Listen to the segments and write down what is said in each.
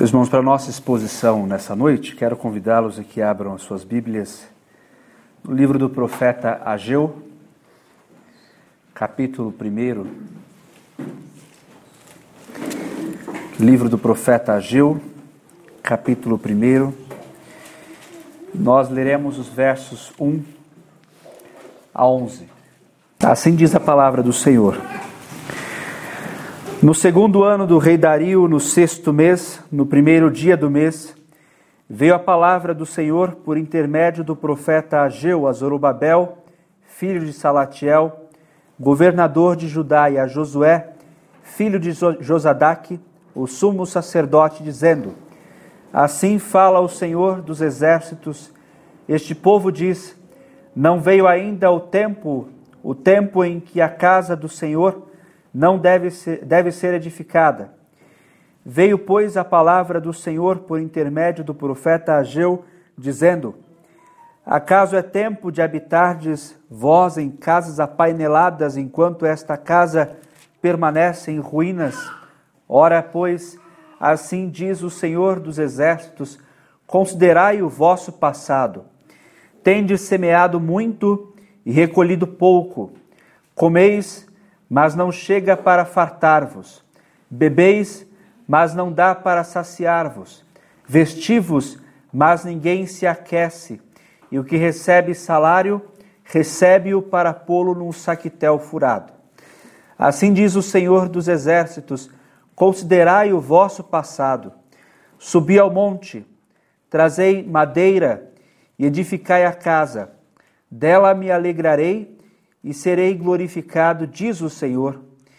Meus irmãos, para a nossa exposição nessa noite, quero convidá-los a que abram as suas Bíblias no livro do profeta Ageu, capítulo 1. Livro do profeta Ageu, capítulo 1. Nós leremos os versos 1 a 11. Assim diz a palavra do Senhor. No segundo ano do rei Dario, no 6º mês, no primeiro dia do mês, veio a palavra do Senhor por intermédio do profeta Ageu a Zorobabel, filho de Salatiel, governador de Judá, e a Josué, filho de Josadaque, o sumo sacerdote, dizendo: Assim fala o Senhor dos exércitos, este povo diz: Não veio ainda o tempo em que a casa do Senhor não deve ser edificada. Veio, pois, a palavra do Senhor por intermédio do profeta Ageu, dizendo: Acaso é tempo de habitardes vós em casas apaineladas, enquanto esta casa permanece em ruínas? Ora, pois, assim diz o Senhor dos exércitos: Considerai o vosso passado. Tendes semeado muito e recolhido pouco. Comeis, mas não chega para fartar-vos. Bebeis, mas não dá para saciar-vos. Vesti-vos, mas ninguém se aquece. E o que recebe salário, recebe-o para pô-lo num saquitel furado. Assim diz o Senhor dos exércitos: Considerai o vosso passado. Subi ao monte, trazei madeira e edificai a casa. Dela me alegrarei e serei glorificado, diz o Senhor.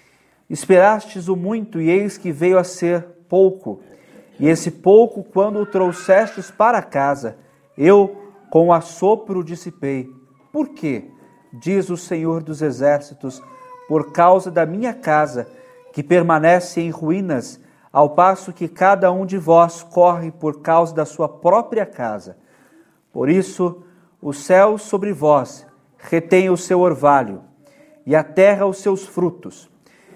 Esperastes o muito, e eis que veio a ser pouco. E esse pouco, quando o trouxestes para casa, eu com o assopro dissipei. Por quê? Diz o Senhor dos exércitos: por causa da minha casa, que permanece em ruínas, ao passo que cada um de vós corre por causa da sua própria casa. Por isso, o céu sobre vós retém o seu orvalho, e a terra os seus frutos.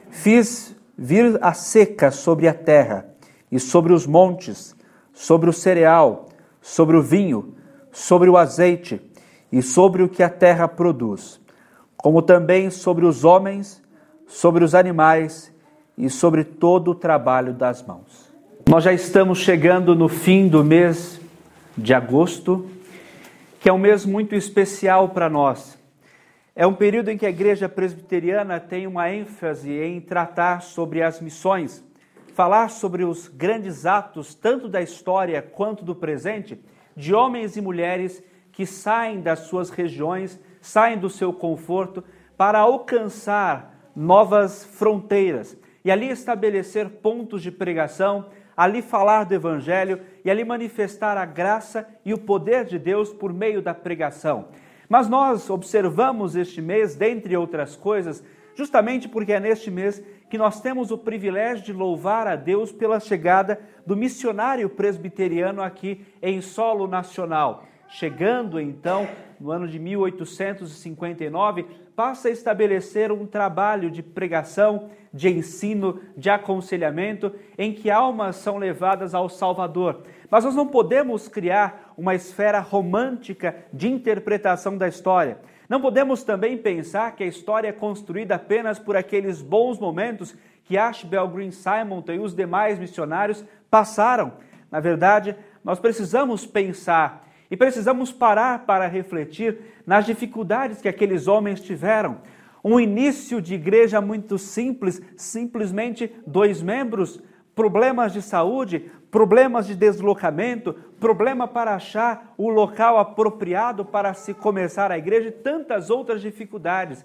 Fiz vir a seca sobre a terra, e sobre os montes, sobre o cereal, sobre o vinho, sobre o azeite, e sobre o que a terra produz, como também sobre os homens, sobre os animais, e sobre todo o trabalho das mãos. Nós já estamos chegando no fim do mês de agosto, que é um mês muito especial para nós. É um período em que a Igreja Presbiteriana tem uma ênfase em tratar sobre as missões, falar sobre os grandes atos, tanto da história quanto do presente, de homens e mulheres que saem das suas regiões, saem do seu conforto para alcançar novas fronteiras e ali estabelecer pontos de pregação, ali falar do Evangelho e ali manifestar a graça e o poder de Deus por meio da pregação. Mas nós observamos este mês, dentre outras coisas, justamente porque é neste mês que nós temos o privilégio de louvar a Deus pela chegada do missionário presbiteriano aqui em solo nacional. Chegando então, no ano de 1859, passa a estabelecer um trabalho de pregação, de ensino, de aconselhamento, em que almas são levadas ao Salvador. Mas nós não podemos criar uma esfera romântica de interpretação da história. Não podemos também pensar que a história é construída apenas por aqueles bons momentos que Ashbel Green Simonton e os demais missionários passaram. Na verdade, nós precisamos pensar e precisamos parar para refletir nas dificuldades que aqueles homens tiveram. Um início de igreja muito simples, simplesmente 2 membros, problemas de saúde, problemas de deslocamento, problema para achar o local apropriado para se começar a igreja e tantas outras dificuldades.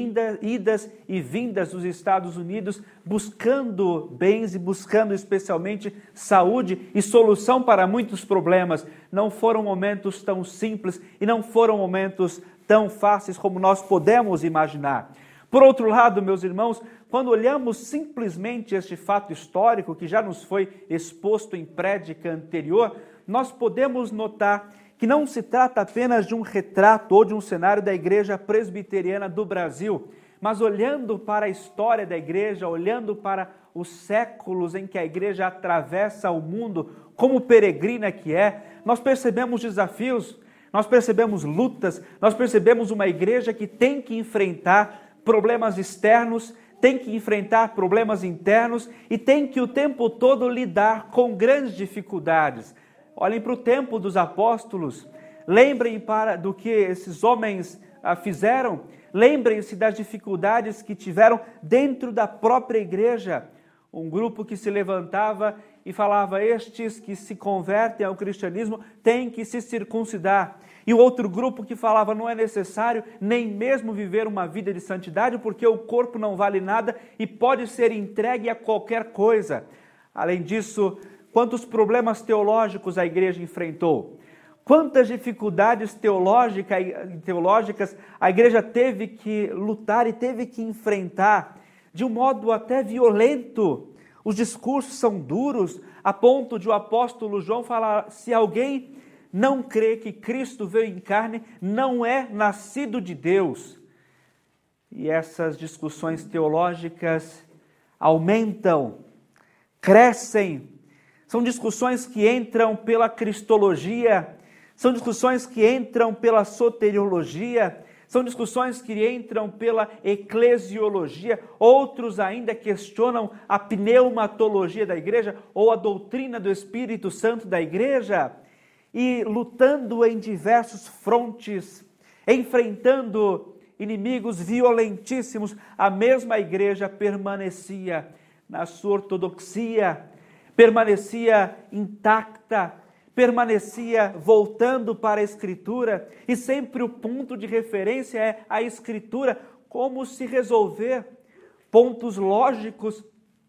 Idas e vindas dos Estados Unidos, buscando bens e buscando especialmente saúde e solução para muitos problemas. Não foram momentos tão simples e não foram momentos tão fáceis como nós podemos imaginar. Por outro lado, meus irmãos, quando olhamos simplesmente este fato histórico que já nos foi exposto em prédica anterior, nós podemos notar que não se trata apenas de um retrato ou de um cenário da Igreja Presbiteriana do Brasil, mas olhando para a história da igreja, olhando para os séculos em que a igreja atravessa o mundo, como peregrina que é, nós percebemos desafios, nós percebemos lutas, nós percebemos uma igreja que tem que enfrentar problemas externos, tem que enfrentar problemas internos e tem que o tempo todo lidar com grandes dificuldades. Olhem para o tempo dos apóstolos, lembrem do que esses homens fizeram, lembrem-se das dificuldades que tiveram dentro da própria igreja. Um grupo que se levantava e falava: estes que se convertem ao cristianismo têm que se circuncidar. E o outro grupo que falava: não é necessário nem mesmo viver uma vida de santidade, porque o corpo não vale nada e pode ser entregue a qualquer coisa. Além disso, quantos problemas teológicos a igreja enfrentou? Quantas dificuldades teológicas a igreja teve que lutar e teve que enfrentar, de um modo até violento. Os discursos são duros, a ponto de o apóstolo João falar: se alguém não crê que Cristo veio em carne, não é nascido de Deus. E essas discussões teológicas aumentam, crescem. São discussões que entram pela cristologia, são discussões que entram pela soteriologia, são discussões que entram pela eclesiologia. Outros ainda questionam a pneumatologia da igreja ou a doutrina do Espírito Santo da igreja. E lutando em diversos frontes, enfrentando inimigos violentíssimos, a mesma igreja permanecia na sua ortodoxia, permanecia intacta, permanecia voltando para a Escritura, e sempre o ponto de referência é a Escritura, como se resolver pontos lógicos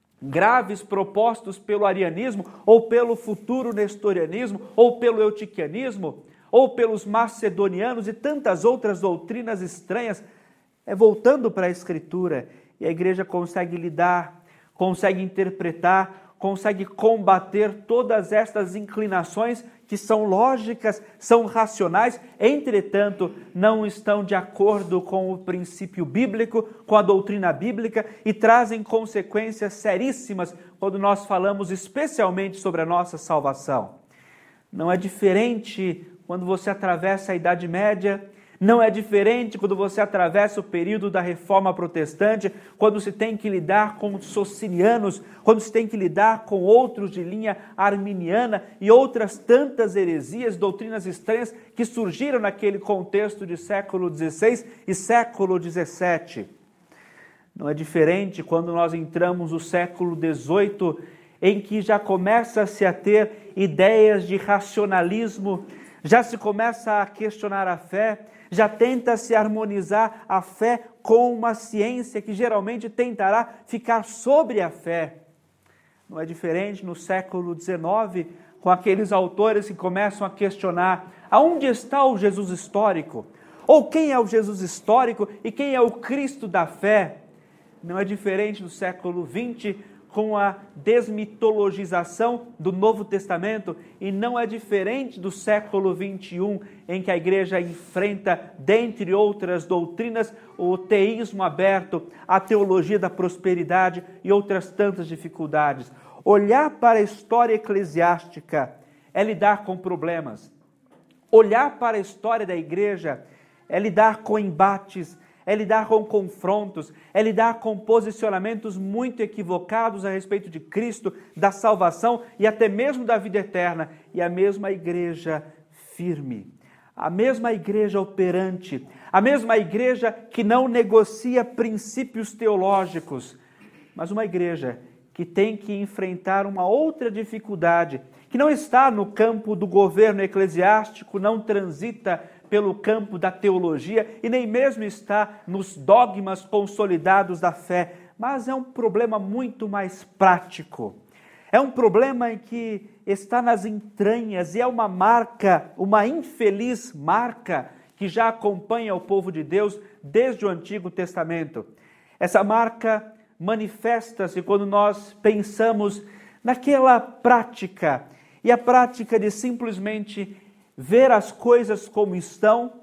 graves propostos pelo arianismo, ou pelo futuro nestorianismo, ou pelo eutiquianismo, ou pelos macedonianos e tantas outras doutrinas estranhas. É voltando para a Escritura, e a igreja consegue lidar, consegue interpretar, consegue combater todas estas inclinações que são lógicas, são racionais, entretanto, não estão de acordo com o princípio bíblico, com a doutrina bíblica, e trazem consequências seríssimas quando nós falamos especialmente sobre a nossa salvação. Não é diferente quando você atravessa a Idade Média, não é diferente quando você atravessa o período da Reforma Protestante, quando se tem que lidar com os socinianos, quando se tem que lidar com outros de linha arminiana e outras tantas heresias, doutrinas estranhas que surgiram naquele contexto de século XVI e século XVII. Não é diferente quando nós entramos no século XVIII, em que já começa-se a ter ideias de racionalismo, já se começa a questionar a fé, já tenta-se harmonizar a fé com uma ciência que geralmente tentará ficar sobre a fé. Não é diferente no século XIX, com aqueles autores que começam a questionar aonde está o Jesus histórico, ou quem é o Jesus histórico e quem é o Cristo da fé. Não é diferente no século XX, com a desmitologização do Novo Testamento, e não é diferente do século XXI, em que a igreja enfrenta, dentre outras doutrinas, o teísmo aberto, a teologia da prosperidade e outras tantas dificuldades. Olhar para a história eclesiástica é lidar com problemas. Olhar para a história da igreja é lidar com embates, é lidar com confrontos, é lidar com posicionamentos muito equivocados a respeito de Cristo, da salvação e até mesmo da vida eterna. E a mesma igreja firme, a mesma igreja operante, a mesma igreja que não negocia princípios teológicos, mas uma igreja que tem que enfrentar uma outra dificuldade, que não está no campo do governo eclesiástico, não transita pelo campo da teologia e nem mesmo está nos dogmas consolidados da fé, mas é um problema muito mais prático. É um problema em que está nas entranhas e é uma marca, uma infeliz marca que já acompanha o povo de Deus desde o Antigo Testamento. Essa marca manifesta-se quando nós pensamos naquela prática, e a prática de simplesmente ver as coisas como estão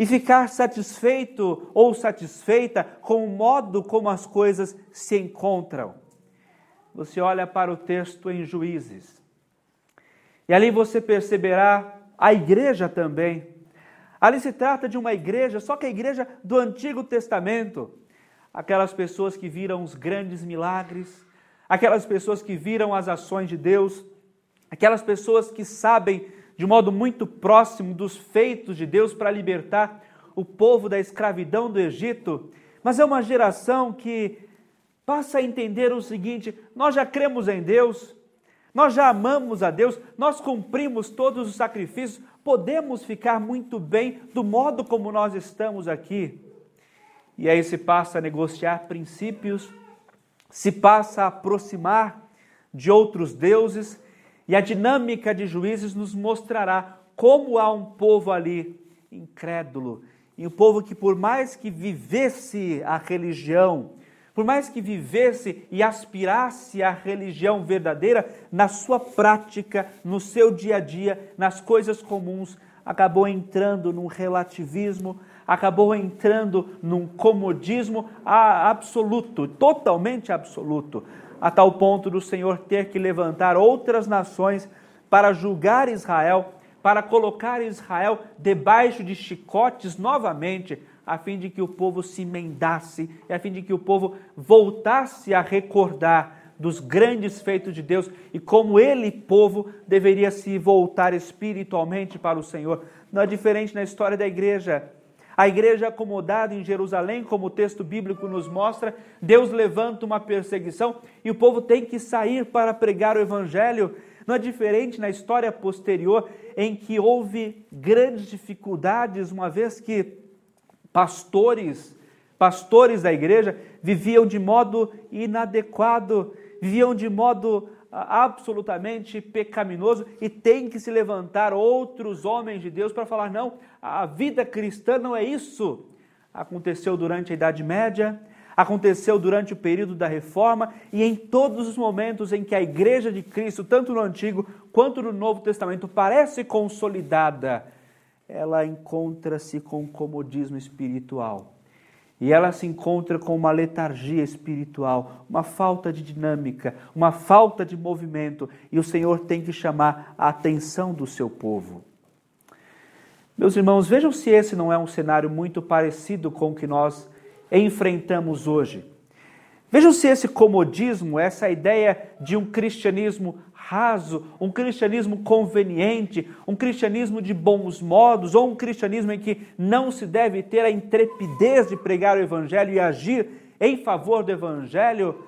e ficar satisfeito ou satisfeita com o modo como as coisas se encontram. Você olha para o texto em Juízes, e ali você perceberá a igreja também. Ali se trata de uma igreja, só que a igreja do Antigo Testamento. Aquelas pessoas que viram os grandes milagres, aquelas pessoas que viram as ações de Deus, aquelas pessoas que sabem de modo muito próximo dos feitos de Deus para libertar o povo da escravidão do Egito. Mas é uma geração que passa a entender o seguinte: nós já cremos em Deus, nós já amamos a Deus, nós cumprimos todos os sacrifícios, podemos ficar muito bem do modo como nós estamos aqui. E aí se passa a negociar princípios, se passa a aproximar de outros deuses, e a dinâmica de Juízes nos mostrará como há um povo ali incrédulo, e um povo que, por mais que vivesse a religião, por mais que vivesse e aspirasse à religião verdadeira, na sua prática, no seu dia a dia, nas coisas comuns, acabou entrando num relativismo, acabou entrando num comodismo absoluto, totalmente absoluto, a tal ponto do Senhor ter que levantar outras nações para julgar Israel, para colocar Israel debaixo de chicotes novamente, a fim de que o povo se emendasse e a fim de que o povo voltasse a recordar dos grandes feitos de Deus e como ele, povo, deveria se voltar espiritualmente para o Senhor. Não é diferente na história da igreja. A igreja acomodada em Jerusalém, como o texto bíblico nos mostra, Deus levanta uma perseguição e o povo tem que sair para pregar o evangelho. Não é diferente na história posterior, em que houve grandes dificuldades, uma vez que pastores da igreja viviam de modo inadequado, viviam de modo absolutamente pecaminoso, e tem que se levantar outros homens de Deus para falar: não, a vida cristã não é isso. Aconteceu durante a Idade Média, aconteceu durante o período da Reforma, e em todos os momentos em que a igreja de Cristo, tanto no Antigo quanto no Novo Testamento, parece consolidada, ela encontra-se com comodismo espiritual. E ela se encontra com uma letargia espiritual, uma falta de dinâmica, uma falta de movimento. E o Senhor tem que chamar a atenção do seu povo. Meus irmãos, vejam se esse não é um cenário muito parecido com o que nós enfrentamos hoje. Vejam se esse comodismo, essa ideia de um cristianismo raso, um cristianismo conveniente, um cristianismo de bons modos, ou um cristianismo em que não se deve ter a intrepidez de pregar o evangelho e agir em favor do evangelho,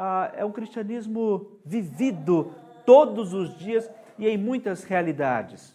é um cristianismo vivido todos os dias e em muitas realidades.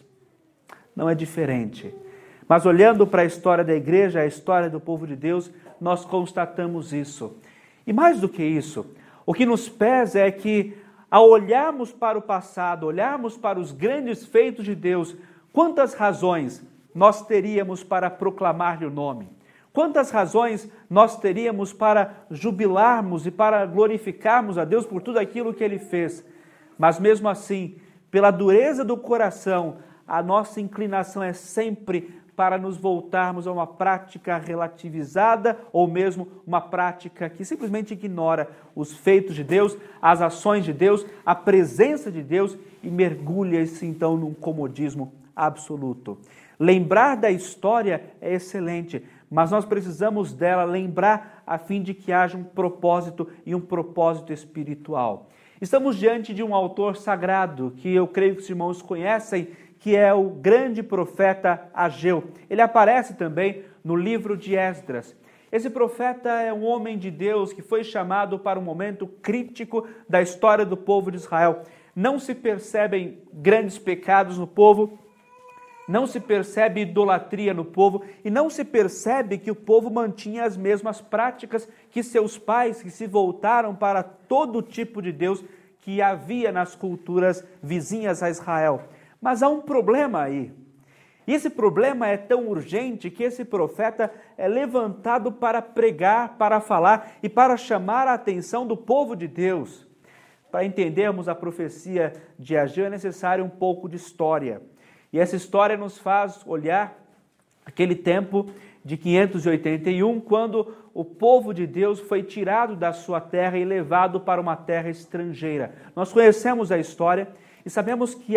Não é diferente. Mas olhando para a história da igreja, a história do povo de Deus, nós constatamos isso. E mais do que isso, o que nos pesa é que, ao olharmos para o passado, olharmos para os grandes feitos de Deus, quantas razões nós teríamos para proclamar-lhe o nome? Quantas razões nós teríamos para jubilarmos e para glorificarmos a Deus por tudo aquilo que Ele fez? Mas mesmo assim, pela dureza do coração, a nossa inclinação é sempre para nos voltarmos a uma prática relativizada ou mesmo uma prática que simplesmente ignora os feitos de Deus, as ações de Deus, a presença de Deus e mergulha-se então num comodismo absoluto. Lembrar da história é excelente, mas nós precisamos dela lembrar a fim de que haja um propósito e um propósito espiritual. Estamos diante de um autor sagrado que eu creio que os irmãos conhecem, que é o grande profeta Ageu. Ele aparece também no livro de Esdras. Esse profeta é um homem de Deus que foi chamado para um momento crítico da história do povo de Israel. Não se percebem grandes pecados no povo, não se percebe idolatria no povo e não se percebe que o povo mantinha as mesmas práticas que seus pais, que se voltaram para todo tipo de Deus que havia nas culturas vizinhas a Israel. Mas há um problema aí. E esse problema é tão urgente que esse profeta é levantado para pregar, para falar e para chamar a atenção do povo de Deus. Para entendermos a profecia de Ageu é necessário um pouco de história. E essa história nos faz olhar Aquele tempo de 581, quando o povo de Deus foi tirado da sua terra e levado para uma terra estrangeira. Nós conhecemos a história e sabemos que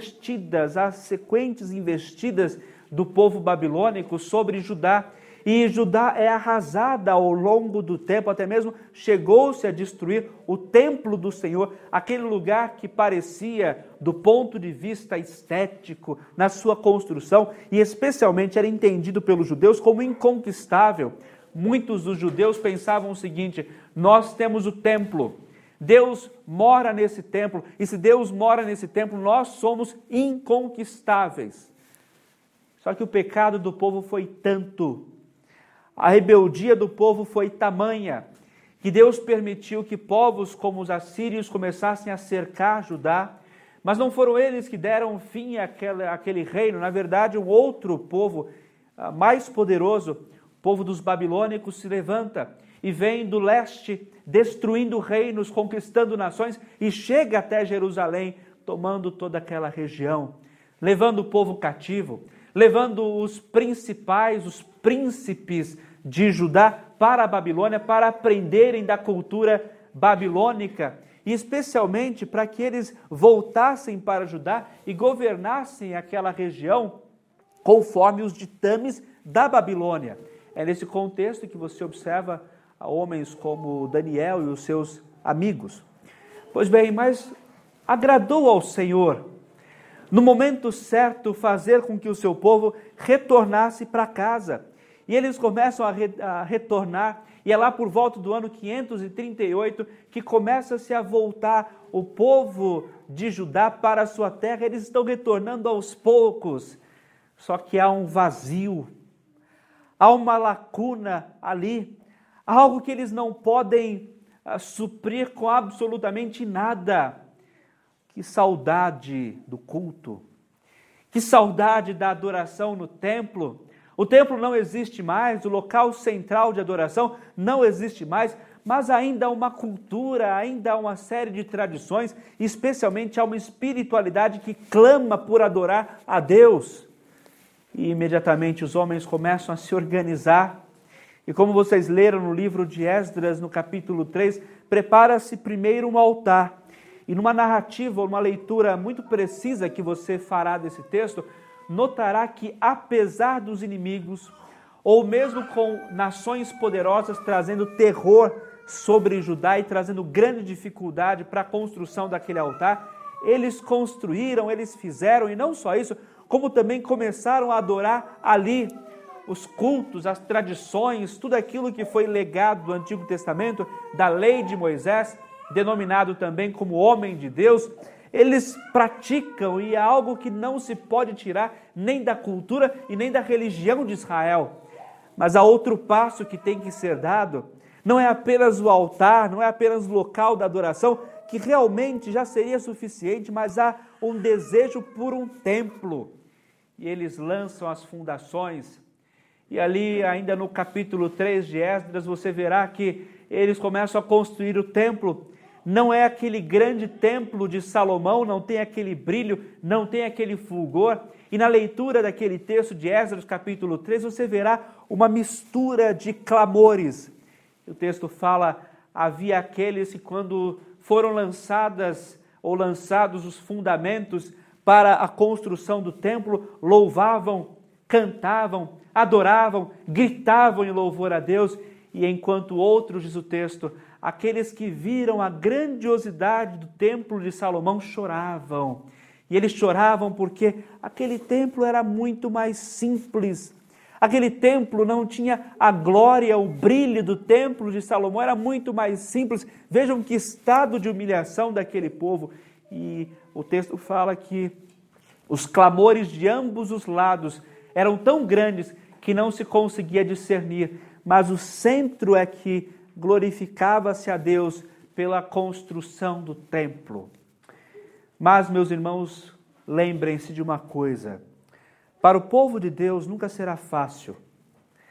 há sequentes investidas do povo babilônico sobre Judá, e Judá é arrasada ao longo do tempo, até mesmo chegou-se a destruir o templo do Senhor, aquele lugar que parecia, do ponto de vista estético, na sua construção, e especialmente era entendido pelos judeus como inconquistável. Muitos dos judeus pensavam o seguinte: nós temos o templo, Deus mora nesse templo, e se Deus mora nesse templo, nós somos inconquistáveis. Só que o pecado do povo foi tanto, a rebeldia do povo foi tamanha, que Deus permitiu que povos como os assírios começassem a cercar Judá, mas não foram eles que deram fim àquele reino. Na verdade, um outro povo mais poderoso, o povo dos babilônicos, se levanta e vem do leste, destruindo reinos, conquistando nações, e chega até Jerusalém, tomando toda aquela região, levando o povo cativo, levando os principais, os príncipes de Judá para a Babilônia, para aprenderem da cultura babilônica, e especialmente para que eles voltassem para Judá e governassem aquela região conforme os ditames da Babilônia. É nesse contexto que você observa homens como Daniel e os seus amigos. Pois bem, mas agradou ao Senhor, no momento certo, fazer com que o seu povo retornasse para casa. E eles começam a retornar, e é lá por volta do ano 538 que começa-se a voltar o povo de Judá para a sua terra. Eles estão retornando aos poucos, só que há um vazio, há uma lacuna ali, algo que eles não podem suprir com absolutamente nada. Que saudade do culto, que saudade da adoração no templo. O templo não existe mais, o local central de adoração não existe mais, mas ainda há uma cultura, ainda há uma série de tradições, especialmente há uma espiritualidade que clama por adorar a Deus. E imediatamente os homens começam a se organizar, e como vocês leram no livro de Esdras, no capítulo 3, prepara-se primeiro um altar. E numa narrativa, uma leitura muito precisa que você fará desse texto, notará que apesar dos inimigos, ou mesmo com nações poderosas trazendo terror sobre Judá e trazendo grande dificuldade para a construção daquele altar, eles construíram, eles fizeram, e não só isso, como também começaram a adorar ali os cultos, as tradições, tudo aquilo que foi legado do Antigo Testamento, da lei de Moisés, denominado também como homem de Deus. Eles praticam, e é algo que não se pode tirar nem da cultura e nem da religião de Israel. Mas há outro passo que tem que ser dado, não é apenas o altar, não é apenas o local da adoração, que realmente já seria suficiente, mas há um desejo por um templo. E eles lançam as fundações, e ali ainda no capítulo 3 de Esdras, você verá que eles começam a construir o templo. Não é aquele grande templo de Salomão, não tem aquele brilho, não tem aquele fulgor. E na leitura daquele texto de Esdras, capítulo 3, você verá uma mistura de clamores. O texto fala, havia aqueles que quando foram lançados os fundamentos para a construção do templo, louvavam, cantavam, adoravam, gritavam em louvor a Deus. E enquanto outros, diz o texto, aqueles que viram a grandiosidade do templo de Salomão choravam. E eles choravam porque aquele templo era muito mais simples. Aquele templo não tinha a glória, o brilho do templo de Salomão, era muito mais simples. Vejam que estado de humilhação daquele povo. E o texto fala que os clamores de ambos os lados eram tão grandes que não se conseguia discernir. Mas o centro é que glorificava-se a Deus pela construção do templo. Mas, meus irmãos, lembrem-se de uma coisa: para o povo de Deus nunca será fácil.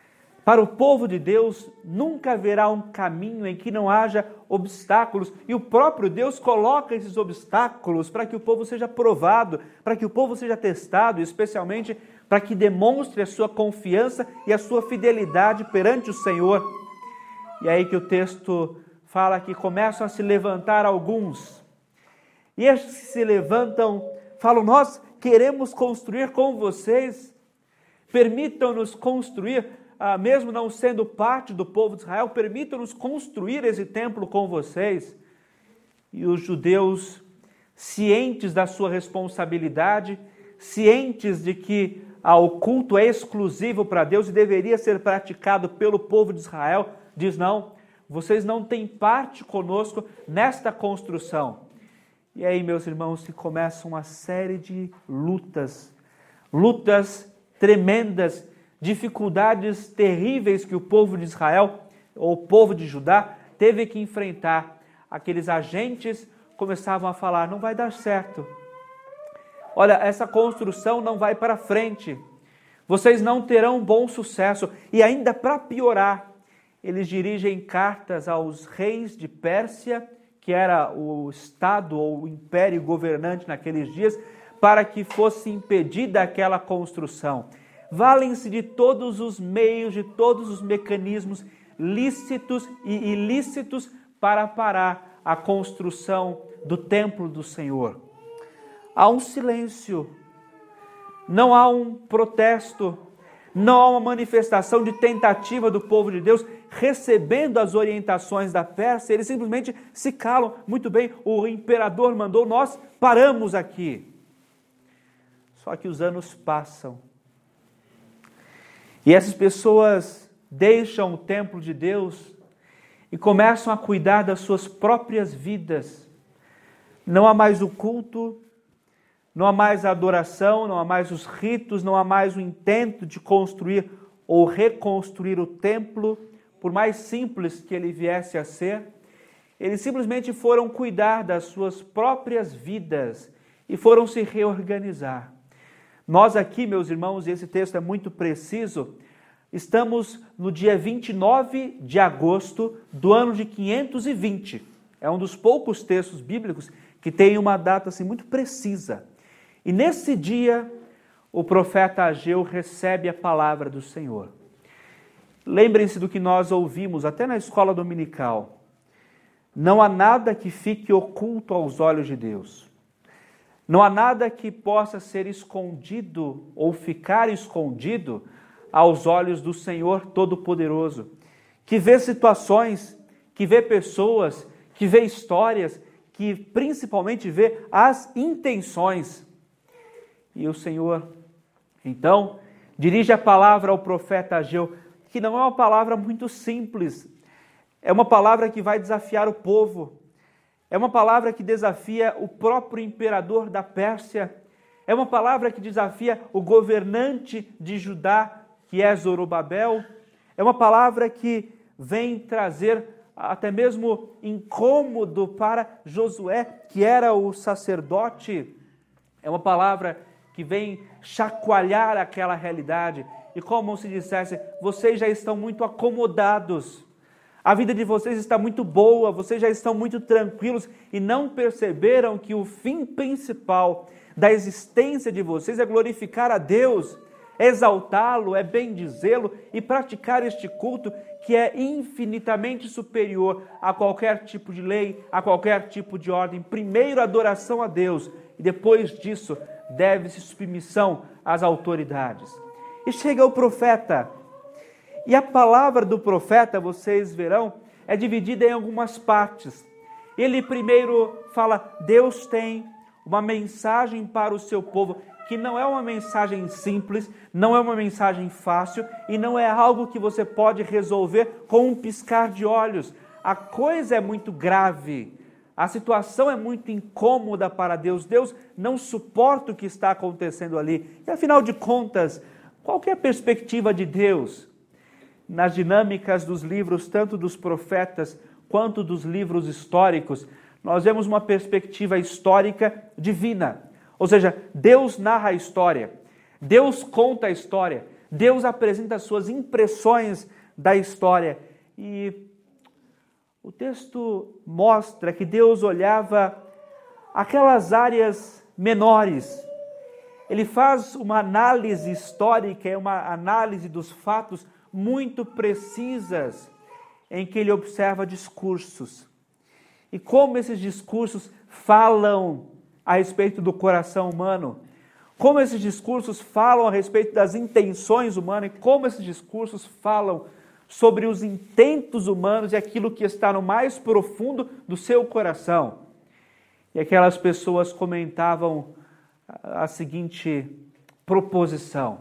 Para o povo de Deus, nunca haverá um caminho em que não haja obstáculos. E o próprio Deus coloca esses obstáculos para que o povo seja provado, para que o povo seja testado, especialmente para que demonstre a sua confiança e a sua fidelidade perante o Senhor. E é aí que o texto fala que começam a se levantar alguns. E estes que se levantam falam: nós queremos construir com vocês. Permitam-nos construir, mesmo não sendo parte do povo de Israel, permitam-nos construir esse templo com vocês. E os judeus, cientes da sua responsabilidade, cientes de que o culto é exclusivo para Deus e deveria ser praticado pelo povo de Israel, diz: não, vocês não têm parte conosco nesta construção. E aí, meus irmãos, se começa uma série de lutas tremendas, dificuldades terríveis que o povo de Israel, ou o povo de Judá, teve que enfrentar. Aqueles agentes começavam a falar: não vai dar certo. Olha, essa construção não vai para frente. Vocês não terão bom sucesso. E ainda para piorar, eles dirigem cartas aos reis de Pérsia, que era o estado ou o império governante naqueles dias, para que fosse impedida aquela construção. Valem-se de todos os meios, de todos os mecanismos lícitos e ilícitos para parar a construção do templo do Senhor. Há um silêncio, não há um protesto, não há uma manifestação de tentativa do povo de Deus recebendo as orientações da Pérsia. Eles simplesmente se calam. Muito bem, o imperador mandou, nós paramos aqui. Só que os anos passam e essas pessoas deixam o templo de Deus e começam a cuidar das suas próprias vidas. Não há mais o culto, não há mais a adoração, não há mais os ritos, não há mais o intento de construir ou reconstruir o templo, por mais simples que ele viesse a ser. Eles simplesmente foram cuidar das suas próprias vidas e foram se reorganizar. Nós aqui, meus irmãos, e esse texto é muito preciso, estamos no dia 29 de agosto do ano de 520. É um dos poucos textos bíblicos que tem uma data assim muito precisa. E nesse dia, o profeta Ageu recebe a palavra do Senhor. Lembrem-se do que nós ouvimos até na escola dominical. Não há nada que fique oculto aos olhos de Deus. Não há nada que possa ser escondido ou ficar escondido aos olhos do Senhor Todo-Poderoso, que vê situações, que vê pessoas, que vê histórias, que principalmente vê as intenções. E o Senhor, então, dirige a palavra ao profeta Ageu, que não é uma palavra muito simples, é uma palavra que vai desafiar o povo, é uma palavra que desafia o próprio imperador da Pérsia, é uma palavra que desafia o governante de Judá, que é Zorobabel, é uma palavra que vem trazer até mesmo incômodo para Josué, que era o sacerdote, é uma palavra que vem chacoalhar aquela realidade. E como se dissesse, vocês já estão muito acomodados, a vida de vocês está muito boa, vocês já estão muito tranquilos e não perceberam que o fim principal da existência de vocês é glorificar a Deus, é exaltá-lo, é bendizê-lo e praticar este culto que é infinitamente superior a qualquer tipo de lei, a qualquer tipo de ordem. Primeiro, adoração a Deus e depois disso, deve-se submissão às autoridades. E chega o profeta, e a palavra do profeta, vocês verão, é dividida em algumas partes. Ele primeiro fala, Deus tem uma mensagem para o seu povo, que não é uma mensagem simples, não é uma mensagem fácil, e não é algo que você pode resolver com um piscar de olhos. A coisa é muito grave. A situação é muito incômoda para Deus. Deus não suporta o que está acontecendo ali. E afinal de contas, qual que é a perspectiva de Deus? Nas dinâmicas dos livros, tanto dos profetas quanto dos livros históricos, nós vemos uma perspectiva histórica divina. Ou seja, Deus narra a história, Deus conta a história, Deus apresenta as suas impressões da história. E o texto mostra que Deus olhava aquelas áreas menores. Ele faz uma análise histórica, uma análise dos fatos muito precisas, em que ele observa discursos. E como esses discursos falam a respeito do coração humano, como esses discursos falam a respeito das intenções humanas, e como esses discursos falam sobre os intentos humanos e aquilo que está no mais profundo do seu coração. E aquelas pessoas comentavam a seguinte proposição: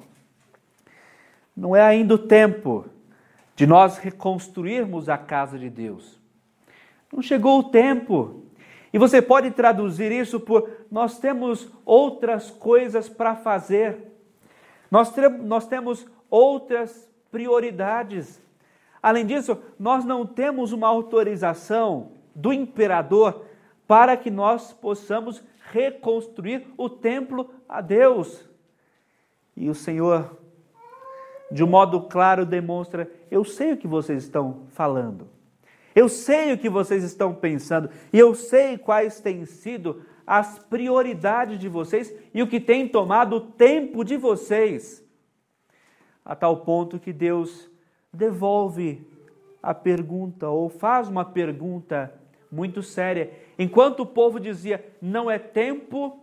não é ainda o tempo de nós reconstruirmos a casa de Deus. Não chegou o tempo. E você pode traduzir isso por: nós temos outras coisas para fazer. Nós temos outras prioridades. Além disso, nós não temos uma autorização do imperador para que nós possamos reconstruir o templo a Deus. E o Senhor, de um modo claro, demonstra: eu sei o que vocês estão falando, eu sei o que vocês estão pensando, e eu sei quais têm sido as prioridades de vocês e o que tem tomado o tempo de vocês. A tal ponto que Deus devolve a pergunta, ou faz uma pergunta muito séria. Enquanto o povo dizia: não é tempo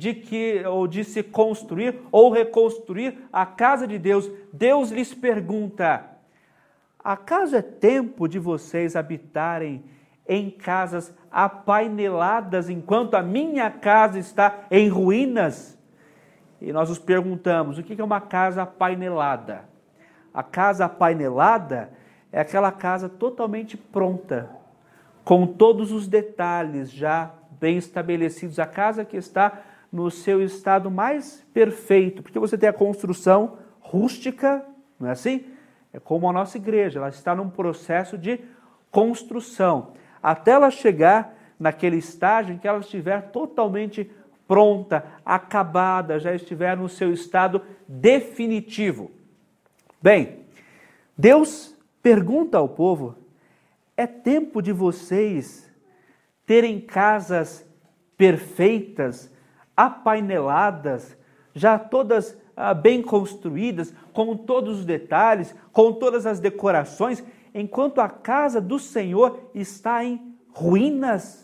de se construir ou reconstruir a casa de Deus, Deus lhes pergunta: acaso é tempo de vocês habitarem em casas apaineladas enquanto a minha casa está em ruínas? E nós nos perguntamos: o que é uma casa apainelada? A casa apainelada é aquela casa totalmente pronta, com todos os detalhes já bem estabelecidos, a casa que está no seu estado mais perfeito, porque você tem a construção rústica, não é assim? É como a nossa igreja, ela está num processo de construção, até ela chegar naquele estágio em que ela estiver totalmente pronta, acabada, já estiver no seu estado definitivo. Bem, Deus pergunta ao povo: é tempo de vocês terem casas perfeitas, apaineladas, já todas bem construídas, com todos os detalhes, com todas as decorações, enquanto a casa do Senhor está em ruínas?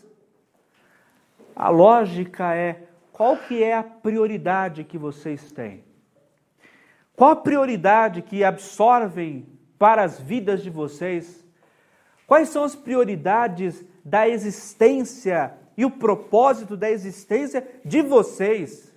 A lógica é: qual que é a prioridade que vocês têm? Qual a prioridade que absorvem para as vidas de vocês? Quais são as prioridades da existência e o propósito da existência de vocês?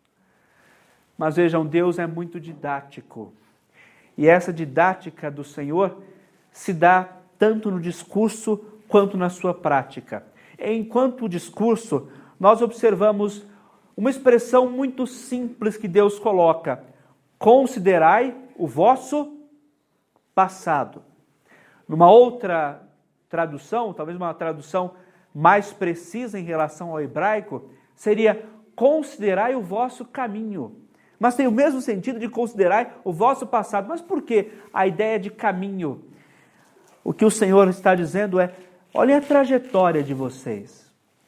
Mas vejam, Deus é muito didático. E essa didática do Senhor se dá tanto no discurso quanto na sua prática. Enquanto o discurso, nós observamos uma expressão muito simples que Deus coloca: considerai o vosso passado. Numa outra tradução, talvez uma tradução mais precisa em relação ao hebraico, seria: considerai o vosso caminho. Mas tem o mesmo sentido de considerai o vosso passado. Mas por que a ideia de caminho? O que o Senhor está dizendo é: olhem a trajetória de vocês.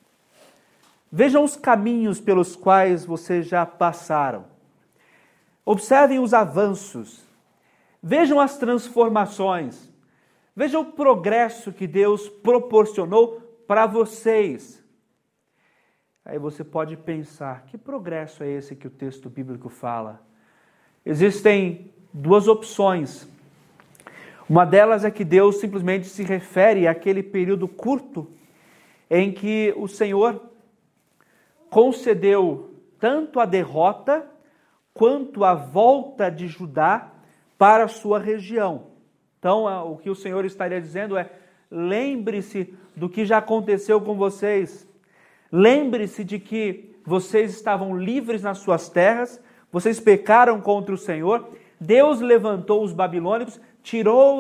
Vejam os caminhos pelos quais vocês já passaram. Observem os avanços. Vejam as transformações. Vejam o progresso que Deus proporcionou para vocês. Aí você pode pensar: que progresso é esse que o texto bíblico fala? Existem duas opções. Uma delas é que Deus simplesmente se refere àquele período curto em que o Senhor concedeu tanto a derrota quanto a volta de Judá para a sua região. Então, o que o Senhor estaria dizendo é: lembre-se do que já aconteceu com vocês. Lembre-se de que vocês estavam livres nas suas terras, vocês pecaram contra o Senhor, Deus levantou os babilônicos, tirou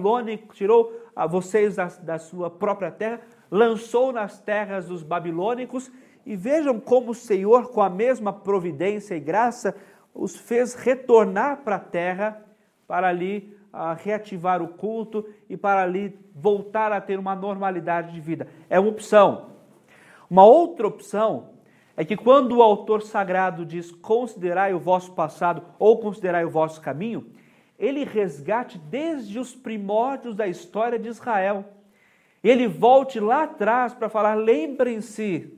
vocês da sua própria terra, lançou nas terras dos babilônicos, e vejam como o Senhor, com a mesma providência e graça, os fez retornar para a terra para ali reativar o culto e para ali voltar a ter uma normalidade de vida. É uma opção. Uma outra opção é que quando o autor sagrado diz considerai o vosso passado ou considerai o vosso caminho, ele resgate desde os primórdios da história de Israel. Ele volte lá atrás para falar, lembrem-se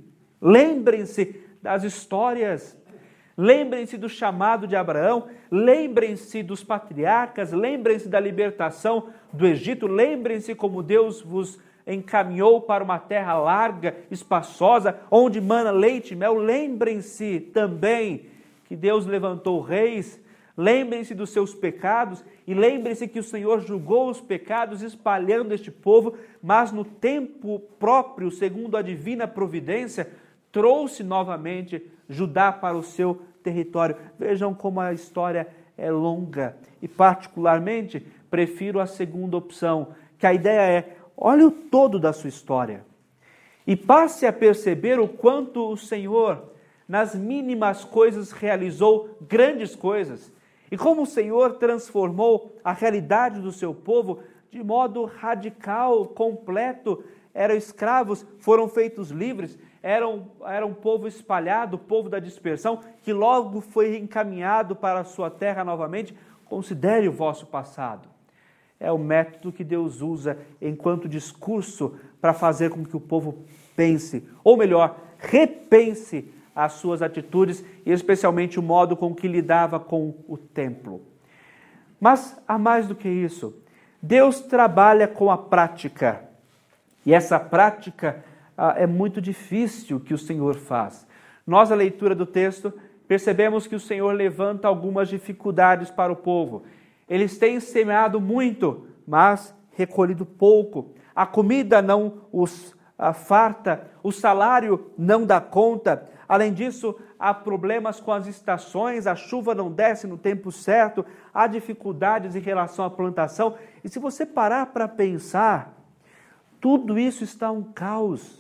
das histórias, lembrem-se do chamado de Abraão, lembrem-se dos patriarcas, lembrem-se da libertação do Egito, lembrem-se como Deus vos encaminhou para uma terra larga, espaçosa, onde mana leite e mel. Lembrem-se também que Deus levantou reis, lembrem-se dos seus pecados e lembrem-se que o Senhor julgou os pecados espalhando este povo, mas no tempo próprio, segundo a divina providência, trouxe novamente Judá para o seu território. Vejam como a história é longa e particularmente prefiro a segunda opção, que a ideia é, olhe o todo da sua história e passe a perceber o quanto o Senhor, nas mínimas coisas, realizou grandes coisas e como o Senhor transformou a realidade do seu povo de modo radical, completo. Eram escravos, foram feitos livres, era um povo espalhado, povo da dispersão, que logo foi encaminhado para a sua terra novamente. Considere o vosso passado. É o método que Deus usa enquanto discurso para fazer com que o povo pense, ou melhor, repense as suas atitudes e especialmente o modo com que lidava com o templo. Mas há mais do que isso. Deus trabalha com a prática. E essa prática é muito difícil que o Senhor faz. Nós, na leitura do texto, percebemos que o Senhor levanta algumas dificuldades para o povo. Eles têm semeado muito, mas recolhido pouco. A comida não os farta, o salário não dá conta. Além disso, há problemas com as estações, a chuva não desce no tempo certo, há dificuldades em relação à plantação. E se você parar para pensar, tudo isso está um caos.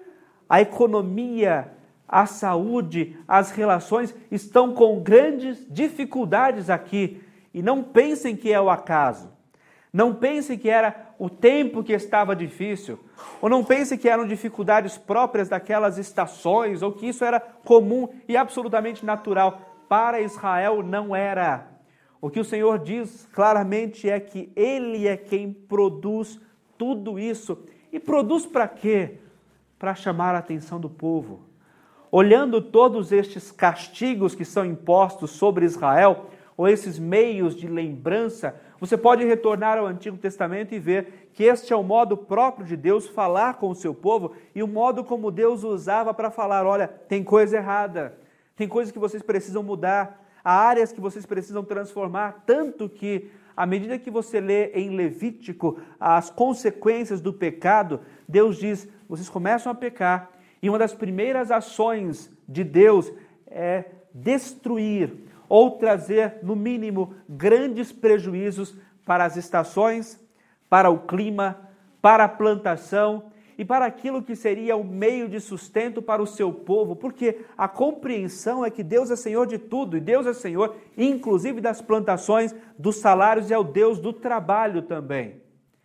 A economia, a saúde, as relações estão com grandes dificuldades aqui. E não pensem que é o acaso. Não pensem que era o tempo que estava difícil. Ou não pensem que eram dificuldades próprias daquelas estações, ou que isso era comum e absolutamente natural. Para Israel não era. O que o Senhor diz claramente é que Ele é quem produz tudo isso. E produz para quê? Para chamar a atenção do povo. Olhando todos estes castigos que são impostos sobre Israel, ou esses meios de lembrança, você pode retornar ao Antigo Testamento e ver que este é o modo próprio de Deus falar com o seu povo e o modo como Deus usava para falar, olha, tem coisa errada, tem coisas que vocês precisam mudar, há áreas que vocês precisam transformar, tanto que à medida que você lê em Levítico as consequências do pecado, Deus diz, vocês começam a pecar, e uma das primeiras ações de Deus é destruir ou trazer, no mínimo, grandes prejuízos para as estações, para o clima, para a plantação e para aquilo que seria o meio de sustento para o seu povo, porque a compreensão é que Deus é Senhor de tudo, e Deus é Senhor, inclusive das plantações, dos salários, e é o Deus do trabalho também.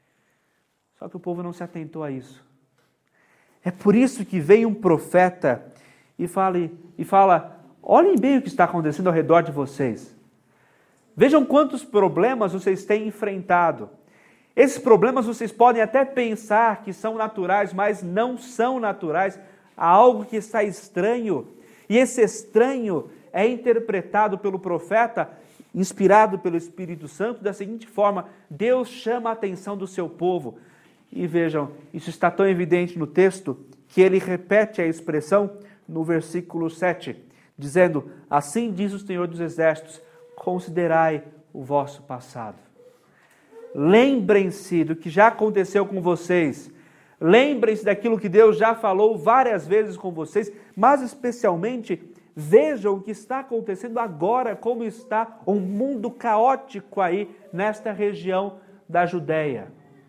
Só que o povo não se atentou a isso. É por isso que vem um profeta e fala, olhem bem o que está acontecendo ao redor de vocês. Vejam quantos problemas vocês têm enfrentado. Esses problemas vocês podem até pensar que são naturais, mas não são naturais. Há algo que está estranho. E esse estranho é interpretado pelo profeta, inspirado pelo Espírito Santo, da seguinte forma: Deus chama a atenção do seu povo. E vejam, isso está tão evidente no texto que ele repete a expressão no versículo 7, dizendo, assim diz o Senhor dos Exércitos, considerai o vosso passado. Lembrem-se do que já aconteceu com vocês. Lembrem-se daquilo que Deus já falou várias vezes com vocês, mas especialmente vejam o que está acontecendo agora, como está um mundo caótico aí nesta região da Judéia.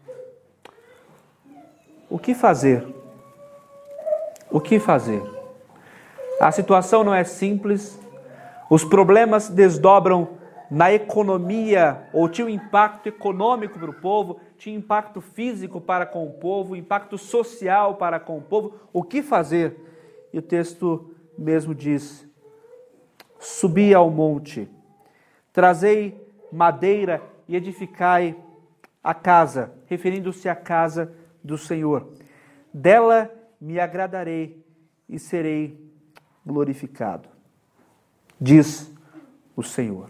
O que fazer? O que fazer? A situação não é simples, os problemas desdobram na economia, ou tinha um impacto econômico para o povo, tinha impacto físico para com o povo, impacto social para com o povo. O que fazer? E o texto mesmo diz: subi ao monte, trazei madeira e edificai a casa, referindo-se à casa do Senhor. Dela me agradarei e serei glorificado, diz o Senhor.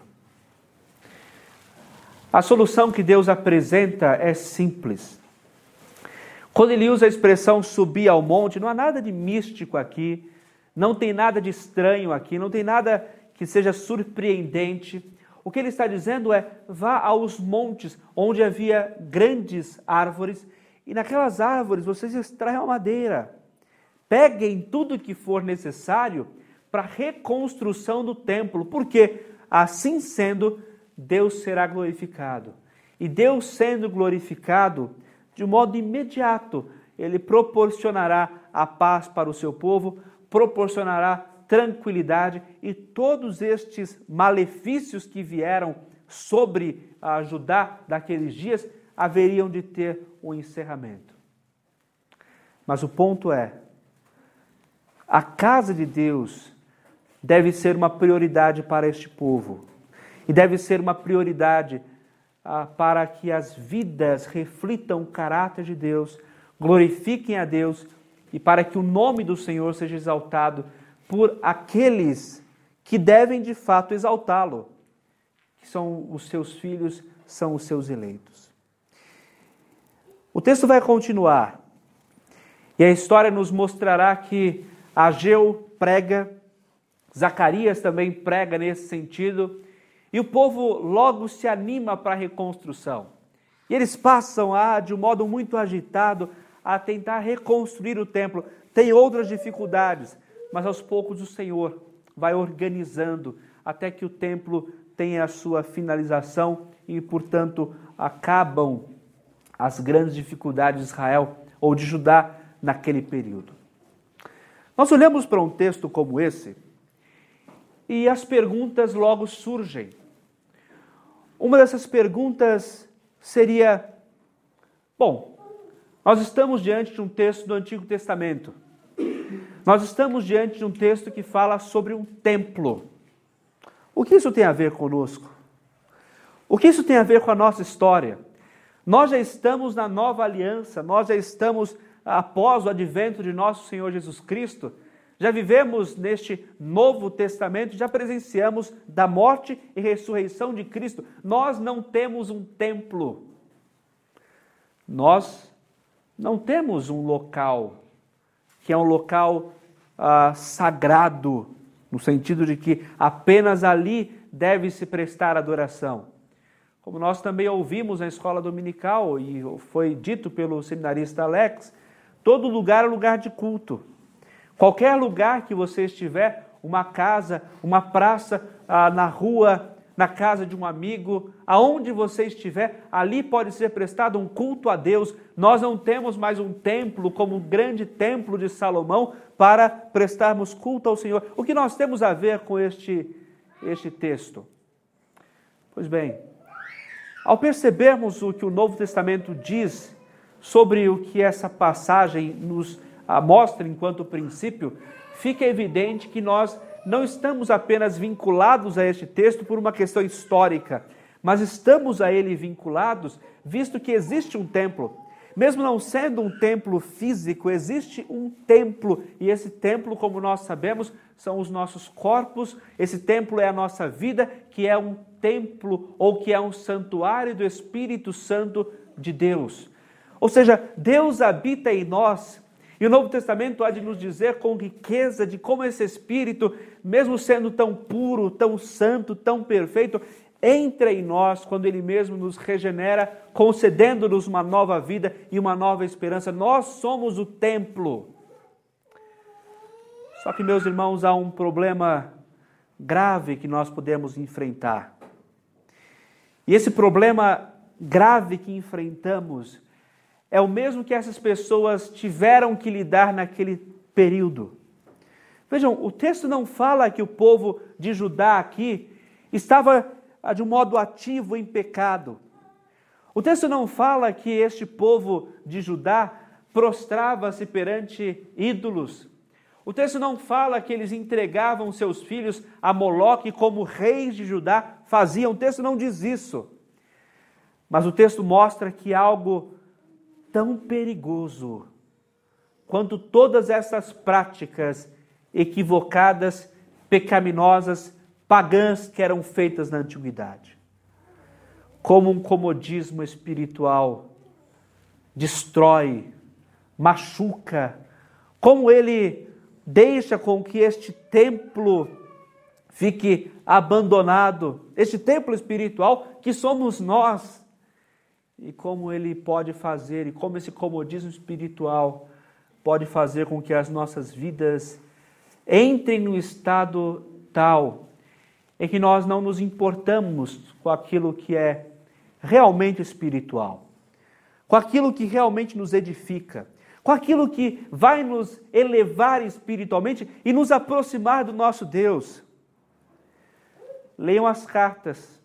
A solução que Deus apresenta é simples. Quando ele usa a expressão subir ao monte, não há nada de místico aqui, não tem nada de estranho aqui, não tem nada que seja surpreendente. O que ele está dizendo é: vá aos montes onde havia grandes árvores e naquelas árvores vocês extraiam a madeira. Peguem tudo que for necessário para a reconstrução do templo, porque assim sendo, Deus será glorificado. E Deus sendo glorificado, de modo imediato, Ele proporcionará a paz para o seu povo, proporcionará tranquilidade, e todos estes malefícios que vieram sobre Judá daqueles dias haveriam de ter um encerramento. Mas o ponto é: a casa de Deus deve ser uma prioridade para este povo. E deve ser uma prioridade para que as vidas reflitam o caráter de Deus, glorifiquem a Deus e para que o nome do Senhor seja exaltado por aqueles que devem de fato exaltá-lo, que são os seus filhos, são os seus eleitos. O texto vai continuar e a história nos mostrará que Ageu prega, Zacarias também prega nesse sentido, e o povo logo se anima para a reconstrução. E eles passam de um modo muito agitado, a tentar reconstruir o templo. Tem outras dificuldades, mas aos poucos o Senhor vai organizando até que o templo tenha a sua finalização e, portanto, acabam as grandes dificuldades de Israel ou de Judá naquele período. Nós olhamos para um texto como esse e as perguntas logo surgem. Uma dessas perguntas seria: bom, nós estamos diante de um texto do Antigo Testamento. Nós estamos diante de um texto que fala sobre um templo. O que isso tem a ver conosco? O que isso tem a ver com a nossa história? Nós já estamos na nova aliança, nós já estamos após o advento de nosso Senhor Jesus Cristo. Já vivemos neste Novo Testamento, já presenciamos da morte e ressurreição de Cristo. Nós não temos um templo. Nós não temos um local, que é um local sagrado, no sentido de que apenas ali deve se prestar adoração. Como nós também ouvimos na escola dominical, e foi dito pelo seminarista Alex, todo lugar é lugar de culto. Qualquer lugar que você estiver, uma casa, uma praça, na rua, na casa de um amigo, aonde você estiver, ali pode ser prestado um culto a Deus. Nós não temos mais um templo como o grande templo de Salomão para prestarmos culto ao Senhor. O que nós temos a ver com este texto? Pois bem, ao percebermos o que o Novo Testamento diz sobre o que essa passagem nos mostra enquanto princípio, fica evidente que nós não estamos apenas vinculados a este texto por uma questão histórica, mas estamos a ele vinculados visto que existe um templo. Mesmo não sendo um templo físico, existe um templo, e esse templo, como nós sabemos, são os nossos corpos. Esse templo é a nossa vida, que é um templo ou que é um santuário do Espírito Santo de Deus. Ou seja, Deus habita em nós. E o Novo Testamento há de nos dizer com riqueza de como esse Espírito, mesmo sendo tão puro, tão santo, tão perfeito, entra em nós quando Ele mesmo nos regenera, concedendo-nos uma nova vida e uma nova esperança. Nós somos o templo. Só que, meus irmãos, há um problema grave que nós podemos enfrentar. E esse problema grave que enfrentamos é o mesmo que essas pessoas tiveram que lidar naquele período. Vejam, o texto não fala que o povo de Judá aqui estava de um modo ativo em pecado. O texto não fala que este povo de Judá prostrava-se perante ídolos. O texto não fala que eles entregavam seus filhos a Moloque como reis de Judá faziam. O texto não diz isso. Mas o texto mostra que algo tão perigoso quanto todas essas práticas equivocadas, pecaminosas, pagãs que eram feitas na antiguidade, como um comodismo espiritual, destrói, machuca, como ele deixa com que este templo fique abandonado, este templo espiritual que somos nós, e como ele pode fazer, e como esse comodismo espiritual pode fazer com que as nossas vidas entrem no estado tal em que nós não nos importamos com aquilo que é realmente espiritual, com aquilo que realmente nos edifica, com aquilo que vai nos elevar espiritualmente e nos aproximar do nosso Deus. Leiam as cartas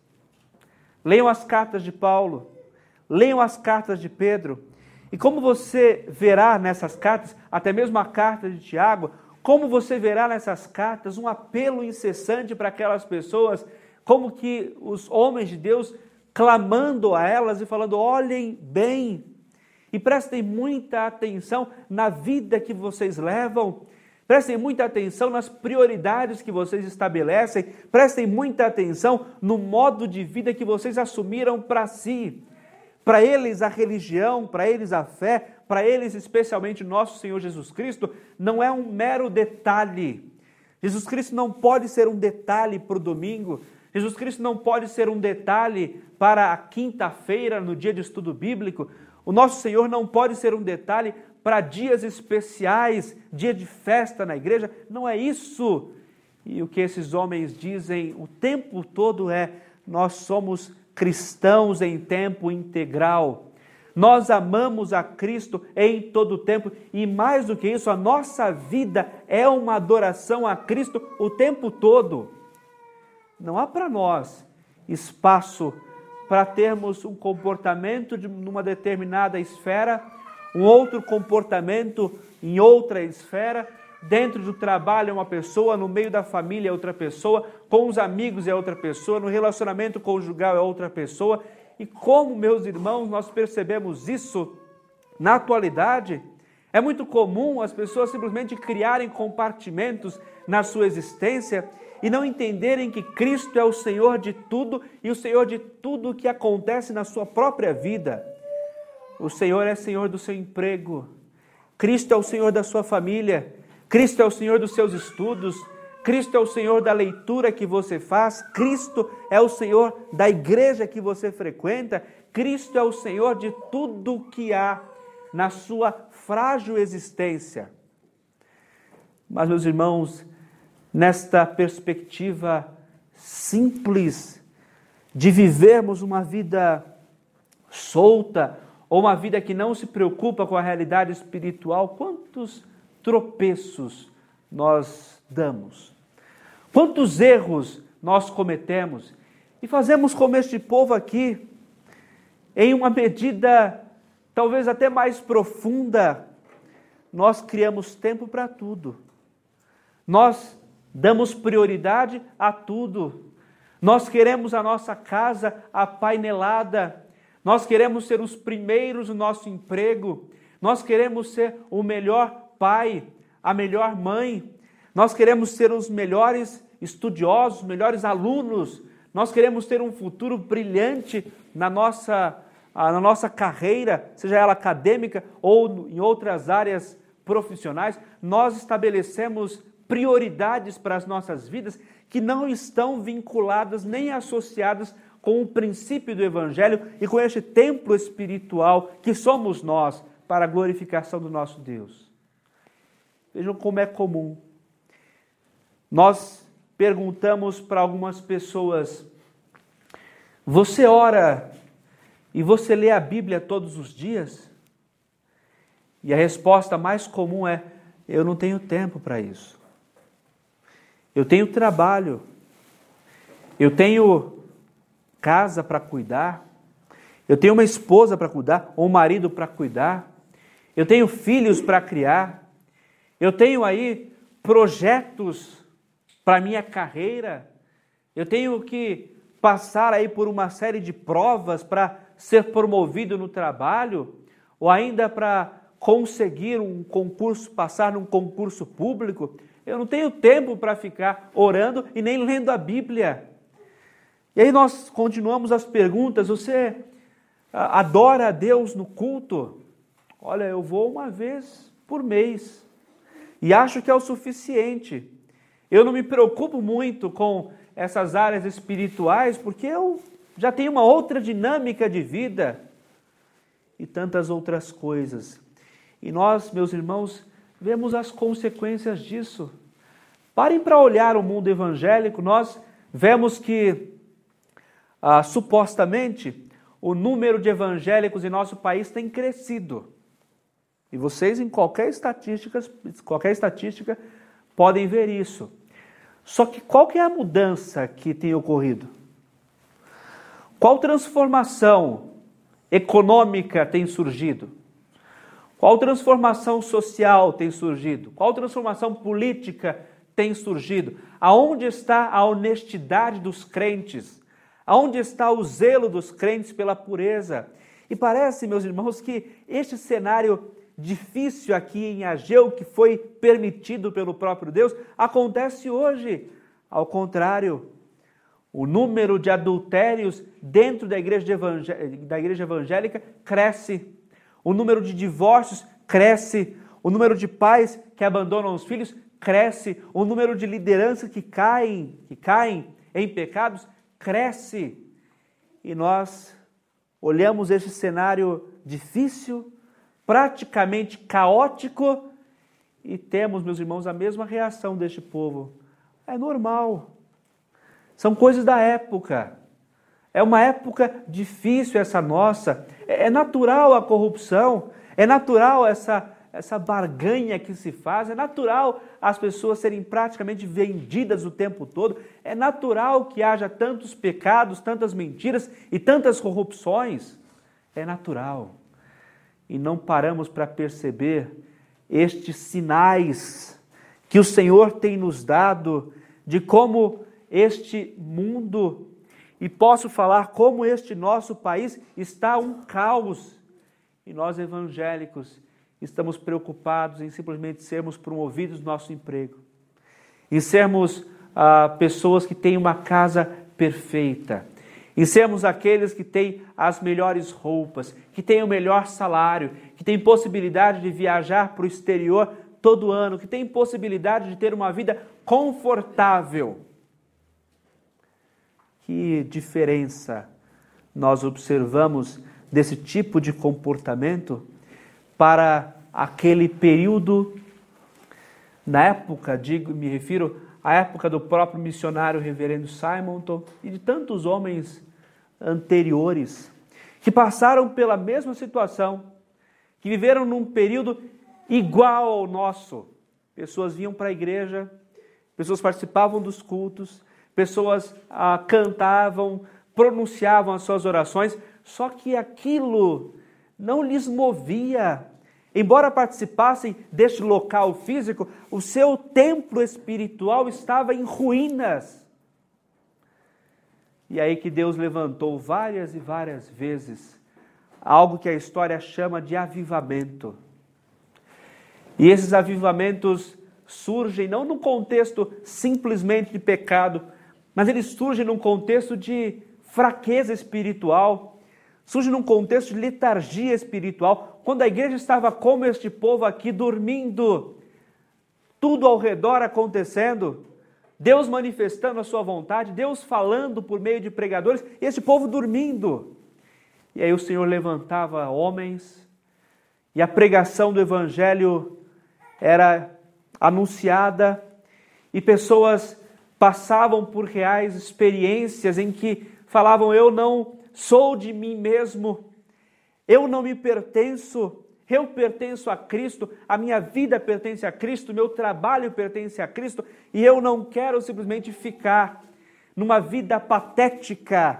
de Paulo, leiam as cartas de Pedro, e como você verá nessas cartas, até mesmo a carta de Tiago, como você verá nessas cartas um apelo incessante para aquelas pessoas, como que os homens de Deus clamando a elas e falando: olhem bem e prestem muita atenção na vida que vocês levam, prestem muita atenção nas prioridades que vocês estabelecem, prestem muita atenção no modo de vida que vocês assumiram para si. Para eles a religião, para eles a fé, para eles especialmente nosso Senhor Jesus Cristo, não é um mero detalhe. Jesus Cristo não pode ser um detalhe para o domingo, Jesus Cristo não pode ser um detalhe para a quinta-feira, no dia de estudo bíblico. O nosso Senhor não pode ser um detalhe para dias especiais, dia de festa na igreja. Não é isso. E o que esses homens dizem o tempo todo é: nós somos cristãos em tempo integral. Nós amamos a Cristo em todo o tempo e, mais do que isso, a nossa vida é uma adoração a Cristo o tempo todo. Não há para nós espaço para termos um comportamento numa determinada esfera, um outro comportamento em outra esfera, dentro do trabalho é uma pessoa, no meio da família é outra pessoa, com os amigos é outra pessoa, no relacionamento conjugal é outra pessoa. E como, meus irmãos, nós percebemos isso na atualidade? É muito comum as pessoas simplesmente criarem compartimentos na sua existência e não entenderem que Cristo é o Senhor de tudo e o Senhor de tudo que acontece na sua própria vida. O Senhor é Senhor do seu emprego, Cristo é o Senhor da sua família, Cristo é o Senhor dos seus estudos, Cristo é o Senhor da leitura que você faz, Cristo é o Senhor da igreja que você frequenta, Cristo é o Senhor de tudo que há na sua frágil existência. Mas, meus irmãos, nesta perspectiva simples de vivermos uma vida solta, ou uma vida que não se preocupa com a realidade espiritual, quantos tropeços nós damos, quantos erros nós cometemos e fazemos como este povo aqui, em uma medida talvez até mais profunda. Nós criamos tempo para tudo, nós damos prioridade a tudo, nós queremos a nossa casa apainelada, nós queremos ser os primeiros no nosso emprego, nós queremos ser o melhor pai, a melhor mãe, nós queremos ser os melhores estudiosos, melhores alunos, nós queremos ter um futuro brilhante na nossa carreira, seja ela acadêmica ou em outras áreas profissionais. Nós estabelecemos prioridades para as nossas vidas que não estão vinculadas nem associadas com o princípio do Evangelho e com este templo espiritual que somos nós para a glorificação do nosso Deus. Vejam como é comum. Nós perguntamos para algumas pessoas: você ora e você lê a Bíblia todos os dias? E a resposta mais comum é: eu não tenho tempo para isso. Eu tenho trabalho, eu tenho casa para cuidar, eu tenho uma esposa para cuidar, ou um marido para cuidar, eu tenho filhos para criar, eu tenho aí projetos para minha carreira, eu tenho que passar aí por uma série de provas para ser promovido no trabalho, ou ainda para conseguir um concurso, passar num concurso público. Eu não tenho tempo para ficar orando e nem lendo a Bíblia. E aí nós continuamos as perguntas. Você adora a Deus no culto? Olha, eu vou uma vez por mês e acho que é o suficiente. Eu não me preocupo muito com essas áreas espirituais porque eu já tenho uma outra dinâmica de vida e tantas outras coisas. E nós, meus irmãos, vemos as consequências disso. Parem para olhar o mundo evangélico, nós vemos que, supostamente, o número de evangélicos em nosso país tem crescido. E vocês, em qualquer estatística, podem ver isso. Só que qual que é a mudança que tem ocorrido? Qual transformação econômica tem surgido? Qual transformação social tem surgido? Qual transformação política tem surgido? Aonde está a honestidade dos crentes? Aonde está o zelo dos crentes pela pureza? E parece, meus irmãos, que este cenário difícil aqui em Ageu, que foi permitido pelo próprio Deus, acontece hoje. Ao contrário, o número de adultérios dentro da igreja evangélica cresce. O número de divórcios cresce. O número de pais que abandonam os filhos cresce. O número de lideranças que caem em pecados cresce. E nós olhamos esse cenário difícil, praticamente caótico, e temos, meus irmãos, a mesma reação deste povo. É normal. São coisas da época. É uma época difícil essa nossa. É natural a corrupção. É natural essa barganha que se faz. É natural as pessoas serem praticamente vendidas o tempo todo. É natural que haja tantos pecados, tantas mentiras e tantas corrupções. É natural. E não paramos para perceber estes sinais que o Senhor tem nos dado de como este mundo, e posso falar como este nosso país está um caos. E nós evangélicos estamos preocupados em simplesmente sermos promovidos no nosso emprego, em sermos pessoas que têm uma casa perfeita, em sermos aqueles que têm as melhores roupas, que têm o melhor salário, que têm possibilidade de viajar para o exterior todo ano, que têm possibilidade de ter uma vida confortável. Que diferença nós observamos desse tipo de comportamento para aquele período, na época, me refiro à época do próprio missionário reverendo Simonton e de tantos homens anteriores que passaram pela mesma situação, que viveram num período igual ao nosso. Pessoas vinham para a igreja, pessoas participavam dos cultos, pessoas cantavam, pronunciavam as suas orações, só que aquilo não lhes movia. Embora participassem deste local físico, o seu templo espiritual estava em ruínas. E aí que Deus levantou várias e várias vezes algo que a história chama de avivamento. E esses avivamentos surgem não num contexto simplesmente de pecado, mas eles surgem num contexto de fraqueza espiritual, surgem num contexto de letargia espiritual, quando a igreja estava como este povo aqui, dormindo, tudo ao redor acontecendo, Deus manifestando a sua vontade, Deus falando por meio de pregadores, e este povo dormindo. E aí o Senhor levantava homens, e a pregação do Evangelho era anunciada, e pessoas passavam por reais experiências em que falavam: eu não sou de mim mesmo, eu não me pertenço, eu pertenço a Cristo, a minha vida pertence a Cristo, meu trabalho pertence a Cristo, e eu não quero simplesmente ficar numa vida patética,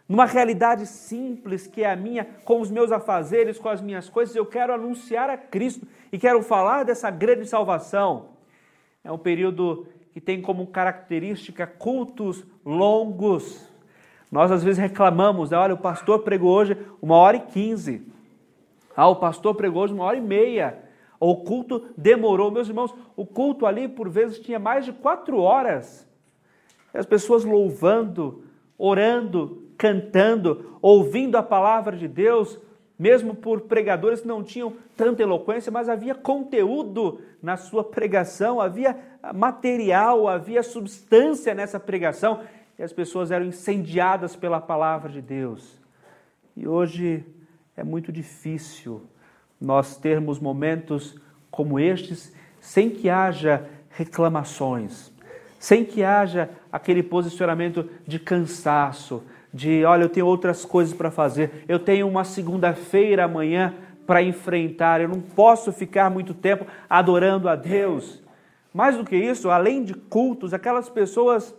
numa realidade simples que é a minha, com os meus afazeres, com as minhas coisas, eu quero anunciar a Cristo e quero falar dessa grande salvação. É um período que tem como característica cultos longos. Nós às vezes reclamamos, né? Olha, o pastor pregou hoje 1h15. O pastor pregou hoje 1h30. O culto demorou. Meus irmãos, o culto ali por vezes tinha mais de 4 horas. As pessoas louvando, orando, cantando, ouvindo a palavra de Deus, mesmo por pregadores que não tinham tanta eloquência, mas havia conteúdo na sua pregação, havia material, havia substância nessa pregação, e as pessoas eram incendiadas pela palavra de Deus. E hoje é muito difícil nós termos momentos como estes, sem que haja reclamações, sem que haja aquele posicionamento de cansaço, de, olha, eu tenho outras coisas para fazer, eu tenho uma segunda-feira amanhã para enfrentar, eu não posso ficar muito tempo adorando a Deus. Mais do que isso, além de cultos, aquelas pessoas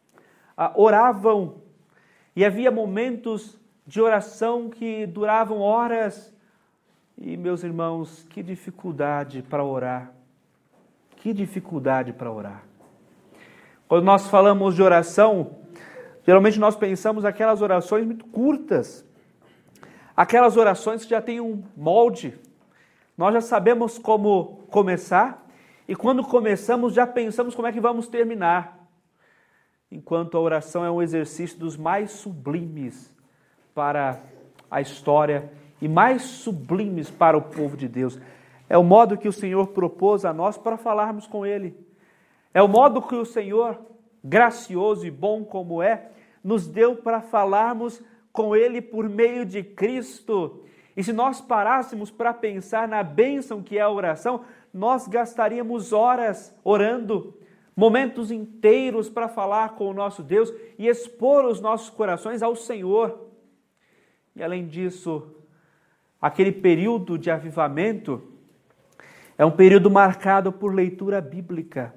oravam, e havia momentos de oração que duravam horas. E, meus irmãos, que dificuldade para orar. Que dificuldade para orar. Quando nós falamos de oração, geralmente nós pensamos aquelas orações muito curtas. Aquelas orações que já têm um molde. Nós já sabemos como começar e quando começamos já pensamos como é que vamos terminar. Enquanto a oração é um exercício dos mais sublimes para a história e mais sublimes para o povo de Deus. É o modo que o Senhor propôs a nós para falarmos com Ele. É o modo que o Senhor, gracioso e bom como é, nos deu para falarmos com Ele por meio de Cristo. E se nós parássemos para pensar na bênção que é a oração, nós gastaríamos horas orando, momentos inteiros para falar com o nosso Deus e expor os nossos corações ao Senhor. E além disso, aquele período de avivamento é um período marcado por leitura bíblica.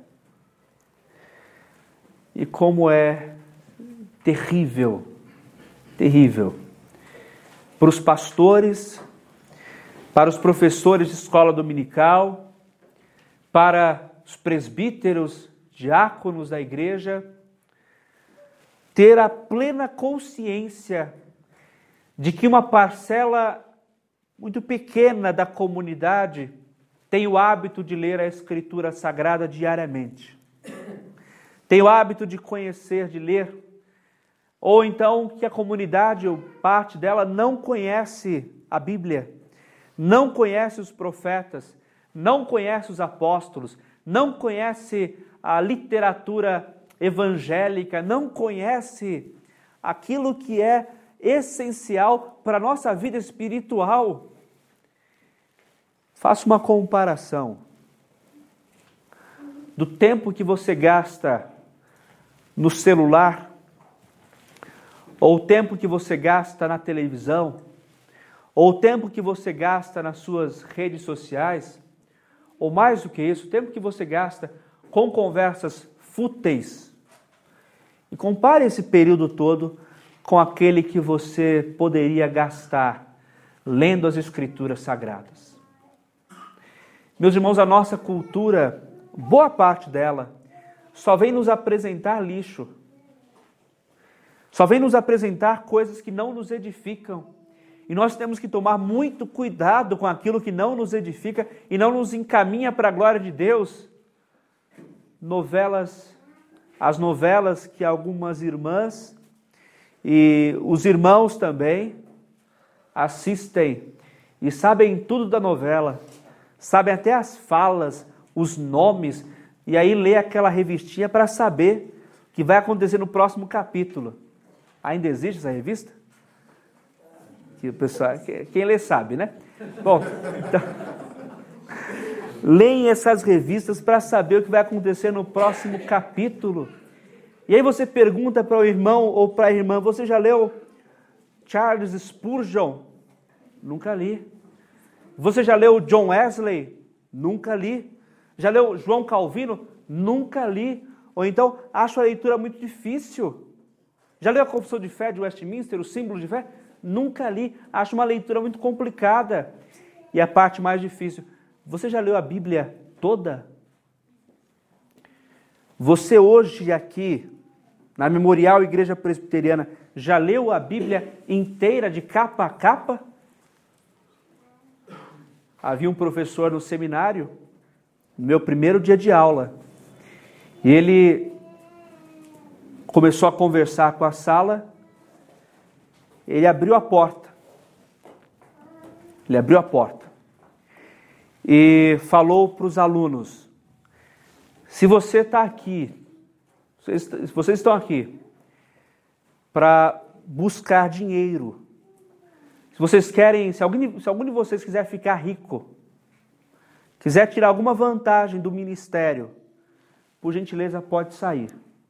E como é terrível, terrível, para os pastores, para os professores de escola dominical, para os presbíteros, diáconos da igreja, ter a plena consciência de que uma parcela muito pequena da comunidade tem o hábito de ler a Escritura Sagrada diariamente. Tem o hábito de conhecer, de ler. Ou então que a comunidade, ou parte dela, não conhece a Bíblia, não conhece os profetas, não conhece os apóstolos, não conhece a literatura evangélica, não conhece aquilo que é essencial para a nossa vida espiritual. Faça uma comparação do tempo que você gasta no celular, ou o tempo que você gasta na televisão, ou o tempo que você gasta nas suas redes sociais, ou mais do que isso, o tempo que você gasta com conversas fúteis. E compare esse período todo com aquele que você poderia gastar lendo as Escrituras Sagradas. Meus irmãos, a nossa cultura, boa parte dela, só vem nos apresentar lixo. Só vem nos apresentar coisas que não nos edificam. E nós temos que tomar muito cuidado com aquilo que não nos edifica e não nos encaminha para a glória de Deus. As novelas que algumas irmãs e os irmãos também assistem e sabem tudo da novela, sabem até as falas, os nomes, e aí lê aquela revistinha para saber o que vai acontecer no próximo capítulo. Ainda existe essa revista? Que o pessoal, quem lê sabe, né? Bom, então, leem essas revistas para saber o que vai acontecer no próximo capítulo. E aí você pergunta para o irmão ou para a irmã, você já leu Charles Spurgeon? Nunca li. Você já leu John Wesley? Nunca li. Já leu João Calvino? Nunca li. Ou então, acho a leitura muito difícil. Já leu a Confissão de Fé de Westminster, o símbolo de fé? Nunca li. Acho uma leitura muito complicada. E a parte mais difícil, você já leu a Bíblia toda? Você hoje aqui, na Memorial Igreja Presbiteriana, já leu a Bíblia inteira, de capa a capa? Havia um professor no seminário, no meu primeiro dia de aula, e ele começou a conversar com a sala, ele abriu a porta. Ele abriu a porta e falou para os alunos: se você está aqui, se vocês estão aqui para buscar dinheiro, se vocês querem, se algum de vocês quiser ficar rico, quiser tirar alguma vantagem do ministério, por gentileza pode sair.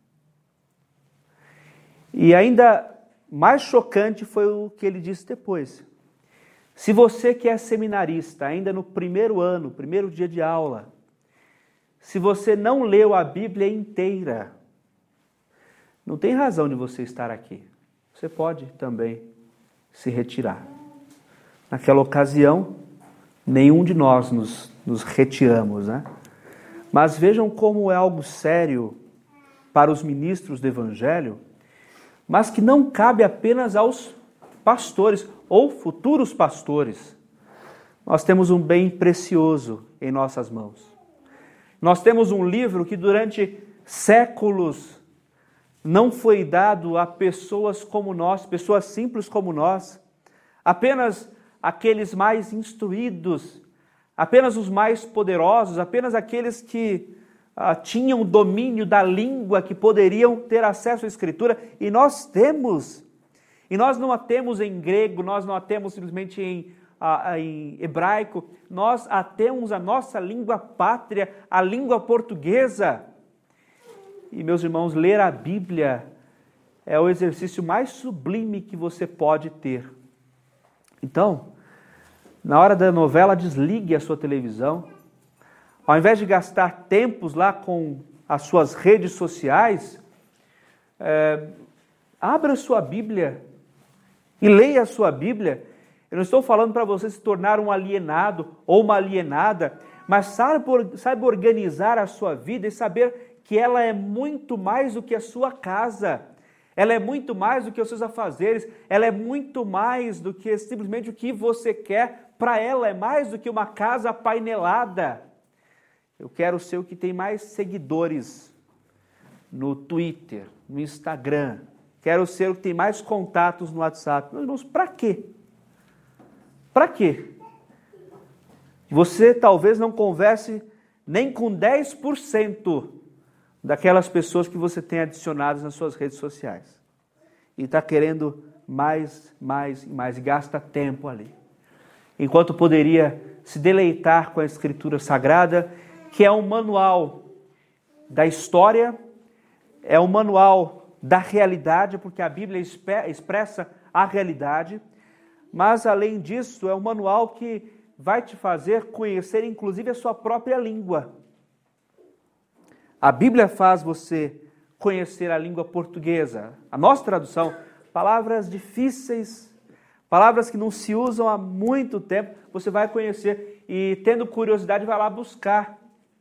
E ainda mais chocante foi o que ele disse depois. Se você que é seminarista, ainda no primeiro ano, primeiro dia de aula, se você não leu a Bíblia inteira, não tem razão de você estar aqui. Você pode também se retirar. Naquela ocasião, nenhum de nós nos retiramos, né? Mas vejam como é algo sério para os ministros do Evangelho, mas que não cabe apenas aos pastores ou futuros pastores. Nós temos um bem precioso em nossas mãos. Nós temos um livro que durante séculos não foi dado a pessoas como nós, pessoas simples como nós, apenas aqueles mais instruídos, apenas os mais poderosos, apenas aqueles que tinham domínio da língua, que poderiam ter acesso à Escritura, e nós temos. E nós não a temos em grego, nós não a temos simplesmente em hebraico, nós a temos a nossa língua pátria, a língua portuguesa. E, meus irmãos, ler a Bíblia é o exercício mais sublime que você pode ter. Então, na hora da novela, desligue a sua televisão. Ao invés de gastar tempos lá com as suas redes sociais, abra a sua Bíblia e leia a sua Bíblia. Eu não estou falando para você se tornar um alienado ou uma alienada, mas saiba organizar a sua vida e saber que ela é muito mais do que a sua casa. Ela é muito mais do que os seus afazeres. Ela é muito mais do que simplesmente o que você quer. Para ela é mais do que uma casa apainelada. Eu quero ser o que tem mais seguidores no Twitter, no Instagram. Quero ser o que tem mais contatos no WhatsApp. Meus irmãos, para quê? Para quê? Você talvez não converse nem com 10% daquelas pessoas que você tem adicionadas nas suas redes sociais. E está querendo mais, e gasta tempo ali. Enquanto poderia se deleitar com a Escritura Sagrada, que é um manual da história, é um manual da realidade, porque a Bíblia expressa a realidade, mas além disso é um manual que vai te fazer conhecer inclusive a sua própria língua. A Bíblia faz você conhecer a língua portuguesa. A nossa tradução, palavras difíceis, palavras que não se usam há muito tempo, você vai conhecer e, tendo curiosidade, vai lá buscar.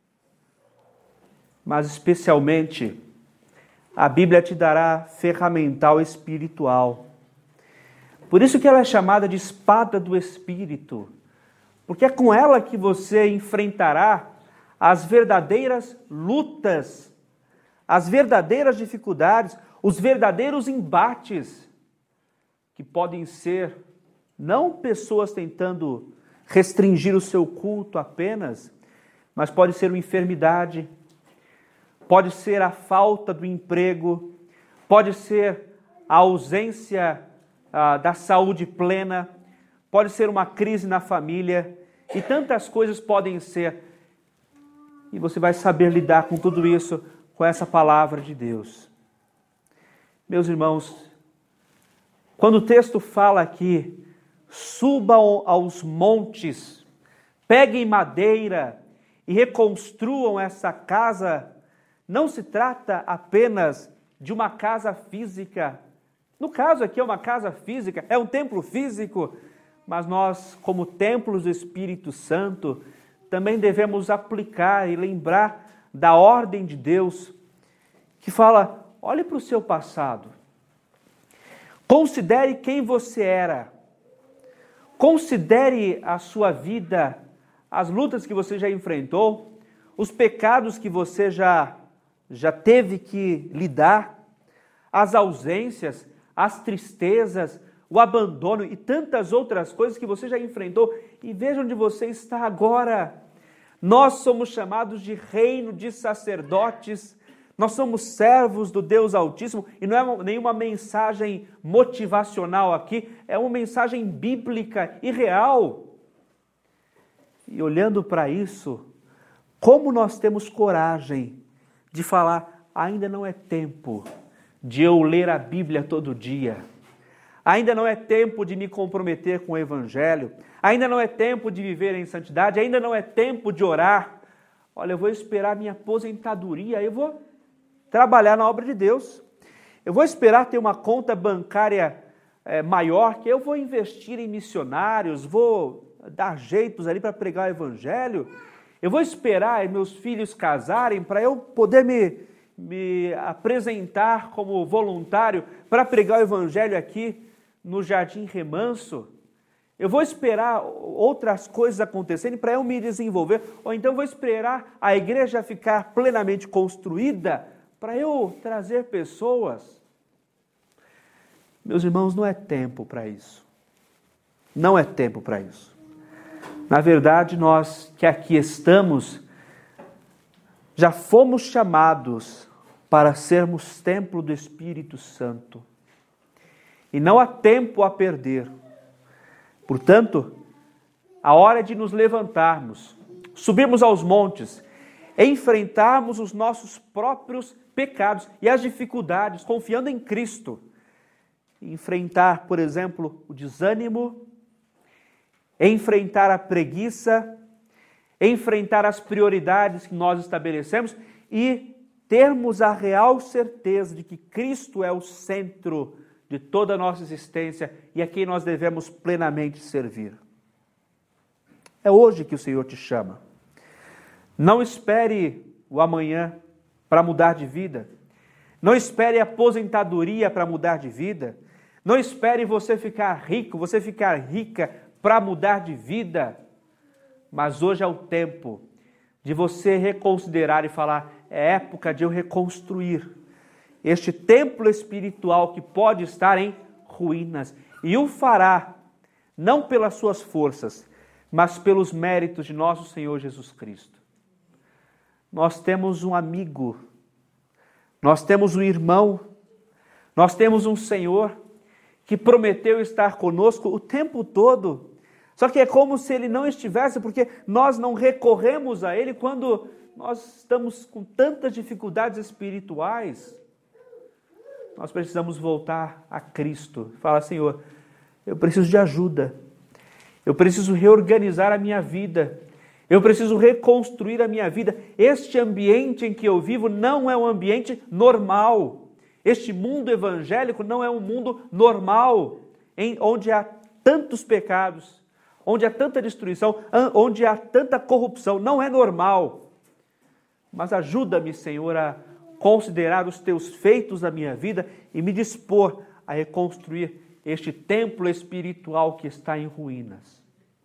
Mas, especialmente, a Bíblia te dará ferramental espiritual. Por isso que ela é chamada de espada do Espírito, porque é com ela que você enfrentará as verdadeiras lutas, as verdadeiras dificuldades, os verdadeiros embates, que podem ser não pessoas tentando restringir o seu culto apenas, mas pode ser uma enfermidade, pode ser a falta do emprego, pode ser a ausência da saúde plena, pode ser uma crise na família, e tantas coisas podem ser. E você vai saber lidar com tudo isso, com essa palavra de Deus. Meus irmãos, quando o texto fala aqui, subam aos montes, peguem madeira e reconstruam essa casa, não se trata apenas de uma casa física, No caso aqui é uma casa física, é um templo físico, mas nós, como templos do Espírito Santo, também devemos aplicar e lembrar da ordem de Deus, que fala, olhe para o seu passado, considere quem você era, considere a sua vida, as lutas que você já enfrentou, os pecados que você já teve que lidar, as ausências, as tristezas, o abandono e tantas outras coisas que você já enfrentou, e veja onde você está agora. Nós somos chamados de reino de sacerdotes, nós somos servos do Deus Altíssimo, e não é nenhuma mensagem motivacional aqui, é uma mensagem bíblica e real. E olhando para isso, como nós temos coragem de falar, ainda não é tempo de eu ler a Bíblia todo dia, ainda não é tempo de me comprometer com o Evangelho, ainda não é tempo de viver em santidade, ainda não é tempo de orar. Olha, eu vou esperar minha aposentadoria, eu vou trabalhar na obra de Deus. Eu vou esperar ter uma conta bancária maior, que eu vou investir em missionários, vou dar jeitos ali para pregar o Evangelho. Eu vou esperar meus filhos casarem para eu poder me apresentar como voluntário para pregar o Evangelho aqui no Jardim Remanso. Eu vou esperar outras coisas acontecerem para eu me desenvolver, ou então vou esperar a igreja ficar plenamente construída para eu trazer pessoas. Meus irmãos, não é tempo para isso. Não é tempo para isso. Na verdade, nós que aqui estamos, já fomos chamados para sermos templo do Espírito Santo. E não há tempo a perder. Portanto, a hora é de nos levantarmos, subirmos aos montes, enfrentarmos os nossos próprios pecados e as dificuldades, confiando em Cristo. Enfrentar, por exemplo, o desânimo, enfrentar a preguiça, enfrentar as prioridades que nós estabelecemos e termos a real certeza de que Cristo é o centro de toda a nossa existência e a quem nós devemos plenamente servir. É hoje que o Senhor te chama. Não espere o amanhã para mudar de vida. Não espere a aposentadoria para mudar de vida. Não espere você ficar rico, você ficar rica para mudar de vida. Mas hoje é o tempo de você reconsiderar e falar, é época de eu reconstruir este templo espiritual que pode estar em ruínas. E o fará, não pelas suas forças, mas pelos méritos de nosso Senhor Jesus Cristo. Nós temos um amigo, nós temos um irmão, nós temos um Senhor que prometeu estar conosco o tempo todo. Só que é como se Ele não estivesse, porque nós não recorremos a Ele quando nós estamos com tantas dificuldades espirituais. Nós precisamos voltar a Cristo. Fala, Senhor, eu preciso de ajuda. Eu preciso reorganizar a minha vida. Eu preciso reconstruir a minha vida. Este ambiente em que eu vivo não é um ambiente normal. Este mundo evangélico não é um mundo normal, onde há tantos pecados, onde há tanta destruição, onde há tanta corrupção. Não é normal. Mas ajuda-me, Senhor, a considerar os teus feitos na minha vida e me dispor a reconstruir este templo espiritual que está em ruínas.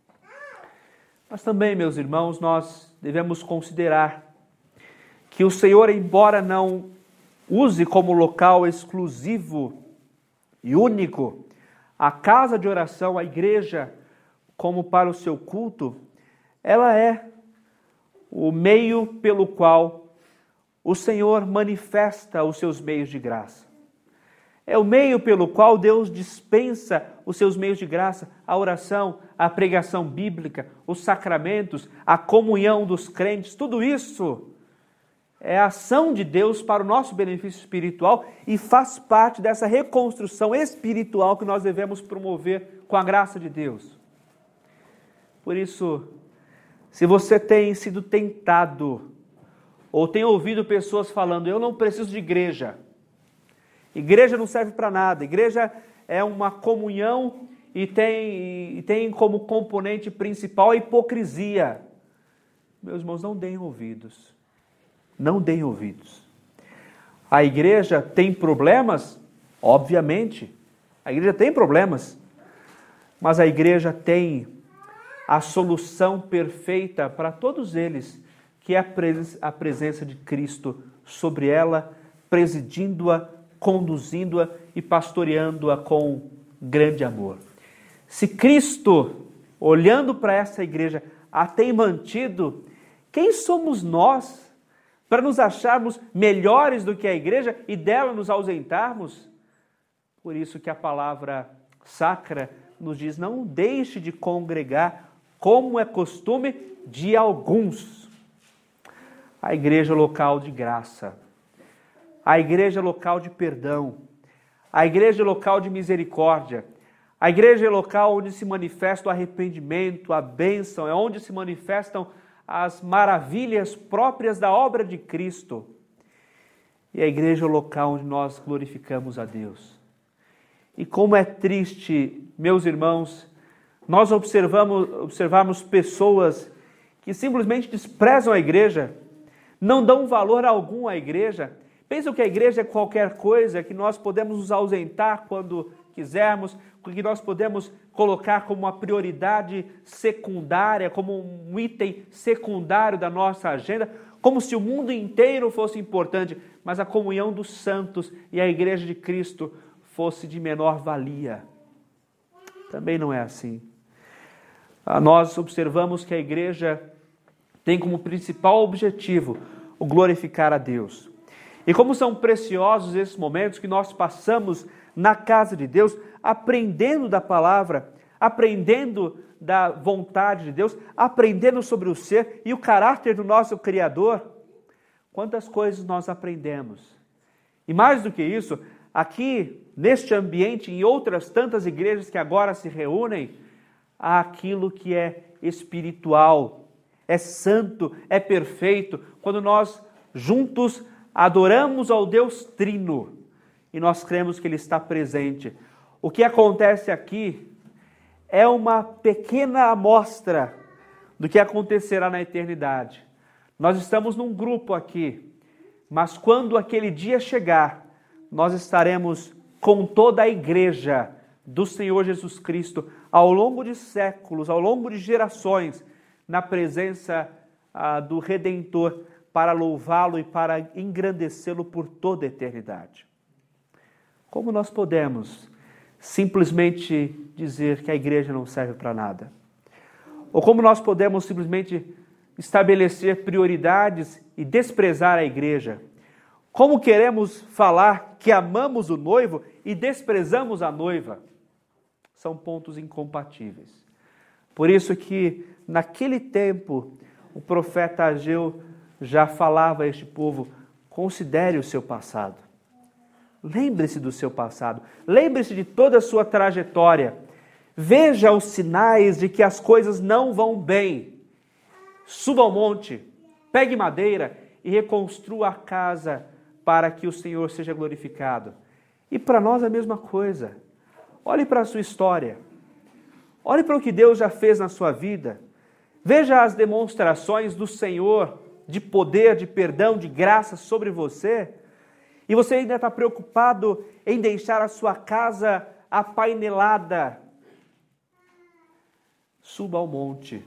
Mas também, meus irmãos, nós devemos considerar que o Senhor, embora não use como local exclusivo e único a casa de oração, a igreja, como para o seu culto, ela é o meio pelo qual o Senhor manifesta os seus meios de graça. É o meio pelo qual Deus dispensa os seus meios de graça, a oração, a pregação bíblica, os sacramentos, a comunhão dos crentes, tudo isso é a ação de Deus para o nosso benefício espiritual e faz parte dessa reconstrução espiritual que nós devemos promover com a graça de Deus. Por isso, se você tem sido tentado ou tem ouvido pessoas falando, eu não preciso de igreja, Igreja não serve para nada. Igreja é uma comunhão e tem como componente principal a hipocrisia. Meus irmãos, não deem ouvidos. Não deem ouvidos. A igreja tem problemas? Obviamente. A igreja tem problemas. Mas a igreja tem a solução perfeita para todos eles, que é a presença de Cristo sobre ela, presidindo-a, conduzindo-a e pastoreando-a com grande amor. Se Cristo, olhando para essa igreja, a tem mantido, quem somos nós para nos acharmos melhores do que a igreja e dela nos ausentarmos? Por isso que a palavra sacra nos diz: não deixe de congregar, como é costume de alguns. A igreja local de graça, a igreja local de perdão, a igreja local de misericórdia, a igreja local onde se manifesta o arrependimento, a bênção, é onde se manifestam as maravilhas próprias da obra de Cristo. E a igreja local onde nós glorificamos a Deus. E como é triste, meus irmãos, nós observarmos pessoas que simplesmente desprezam a igreja, não dão valor algum à igreja, pensam que a igreja é qualquer coisa, que nós podemos nos ausentar quando quisermos, que nós podemos colocar como uma prioridade secundária, como um item secundário da nossa agenda, como se o mundo inteiro fosse importante, mas a comunhão dos santos e a igreja de Cristo fosse de menor valia. Também não é assim. Nós observamos que a igreja tem como principal objetivo o glorificar a Deus. E como são preciosos esses momentos que nós passamos na casa de Deus, aprendendo da palavra, aprendendo da vontade de Deus, aprendendo sobre o ser e o caráter do nosso Criador. Quantas coisas nós aprendemos. E mais do que isso, aqui neste ambiente, em outras tantas igrejas que agora se reúnem, há aquilo que é espiritual, é santo, é perfeito, quando nós juntos adoramos ao Deus Trino e nós cremos que Ele está presente. O que acontece aqui é uma pequena amostra do que acontecerá na eternidade. Nós estamos num grupo aqui, mas quando aquele dia chegar, nós estaremos com toda a igreja do Senhor Jesus Cristo, ao longo de séculos, ao longo de gerações, na presença do Redentor, para louvá-lo e para engrandecê-lo por toda a eternidade. Como nós podemos simplesmente dizer que a igreja não serve para nada? Ou como nós podemos simplesmente estabelecer prioridades e desprezar a igreja? Como queremos falar que amamos o noivo e desprezamos a noiva? São pontos incompatíveis. Por isso que, naquele tempo, o profeta Ageu já falava a este povo: considere o seu passado. Lembre-se do seu passado. Lembre-se de toda a sua trajetória. Veja os sinais de que as coisas não vão bem. Suba ao monte, pegue madeira e reconstrua a casa para que o Senhor seja glorificado. E para nós a mesma coisa. Olhe para a sua história. Olhe para o que Deus já fez na sua vida. Veja as demonstrações do Senhor de poder, de perdão, de graça sobre você. E você ainda está preocupado em deixar a sua casa apainelada. Suba ao monte.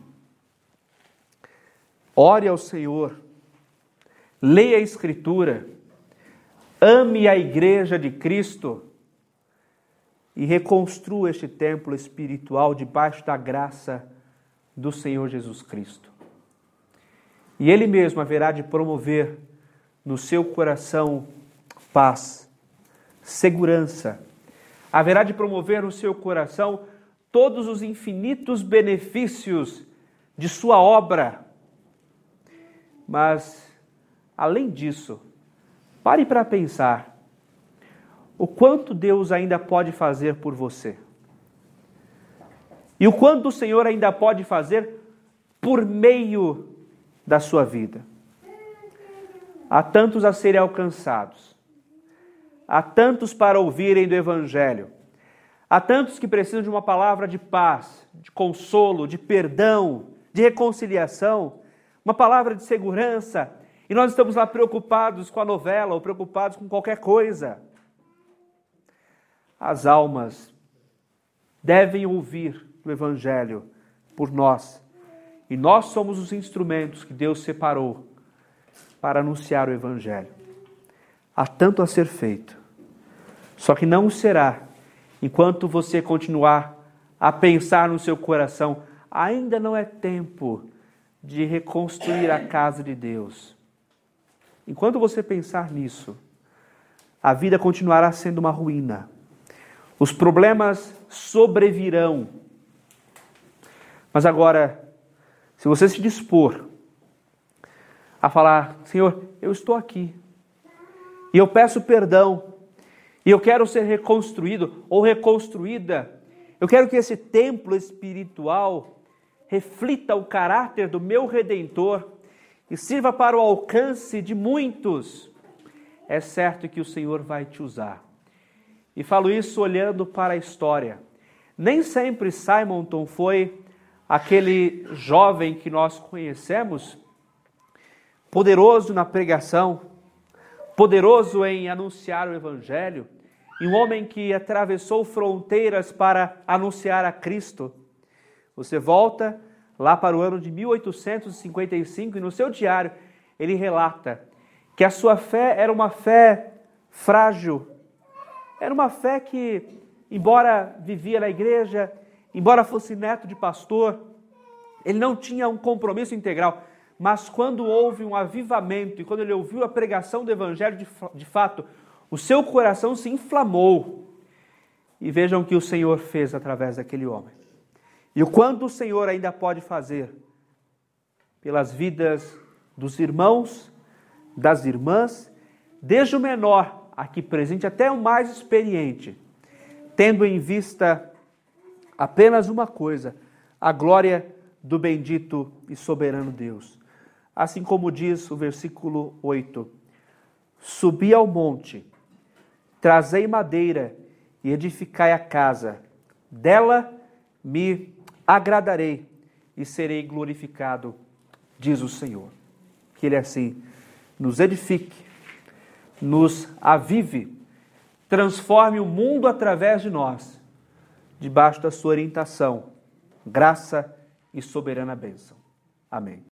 Ore ao Senhor. Leia a Escritura. Ame a igreja de Cristo. E reconstrua este templo espiritual debaixo da graça do Senhor Jesus Cristo. E Ele mesmo haverá de promover no seu coração paz, segurança. Haverá de promover no seu coração todos os infinitos benefícios de sua obra. Mas, além disso, pare para pensar o quanto Deus ainda pode fazer por você. E o quanto o Senhor ainda pode fazer por meio da sua vida. Há tantos a serem alcançados. há tantos para ouvirem do Evangelho. Há tantos que precisam de uma palavra de paz, de consolo, de perdão, de reconciliação, uma palavra de segurança. E nós estamos lá preocupados com a novela ou preocupados com qualquer coisa. As almas devem ouvir o Evangelho por nós. E nós somos os instrumentos que Deus separou para anunciar o Evangelho. Há tanto a ser feito. Só que não será enquanto você continuar a pensar no seu coração, ainda não é tempo de reconstruir a casa de Deus. Enquanto você pensar nisso, a vida continuará sendo uma ruína. Os problemas sobrevirão. Mas agora, se você se dispor a falar, Senhor, eu estou aqui, e eu peço perdão, e eu quero ser reconstruído ou reconstruída, eu quero que esse templo espiritual reflita o caráter do meu Redentor e sirva para o alcance de muitos, é certo que o Senhor vai te usar. E falo isso olhando para a história. Nem sempre Simonton foi aquele jovem que nós conhecemos, poderoso na pregação, poderoso em anunciar o Evangelho, e um homem que atravessou fronteiras para anunciar a Cristo. Você volta lá para o ano de 1855 e no seu diário ele relata que a sua fé era uma fé frágil, era uma fé que, embora vivia na igreja, embora fosse neto de pastor, ele não tinha um compromisso integral. Mas quando houve um avivamento e quando ele ouviu a pregação do Evangelho de fato, o seu coração se inflamou. E vejam o que o Senhor fez através daquele homem. E o quanto o Senhor ainda pode fazer pelas vidas dos irmãos, das irmãs, desde o menor aqui presente até o mais experiente, tendo em vista apenas uma coisa, a glória do bendito e soberano Deus. Assim como diz o versículo 8, subi ao monte, trazei madeira e edificai a casa, dela me agradarei e serei glorificado, diz o Senhor. Que Ele assim nos edifique, nos avive, transforme o mundo através de nós, debaixo da sua orientação, graça e soberana bênção. Amém.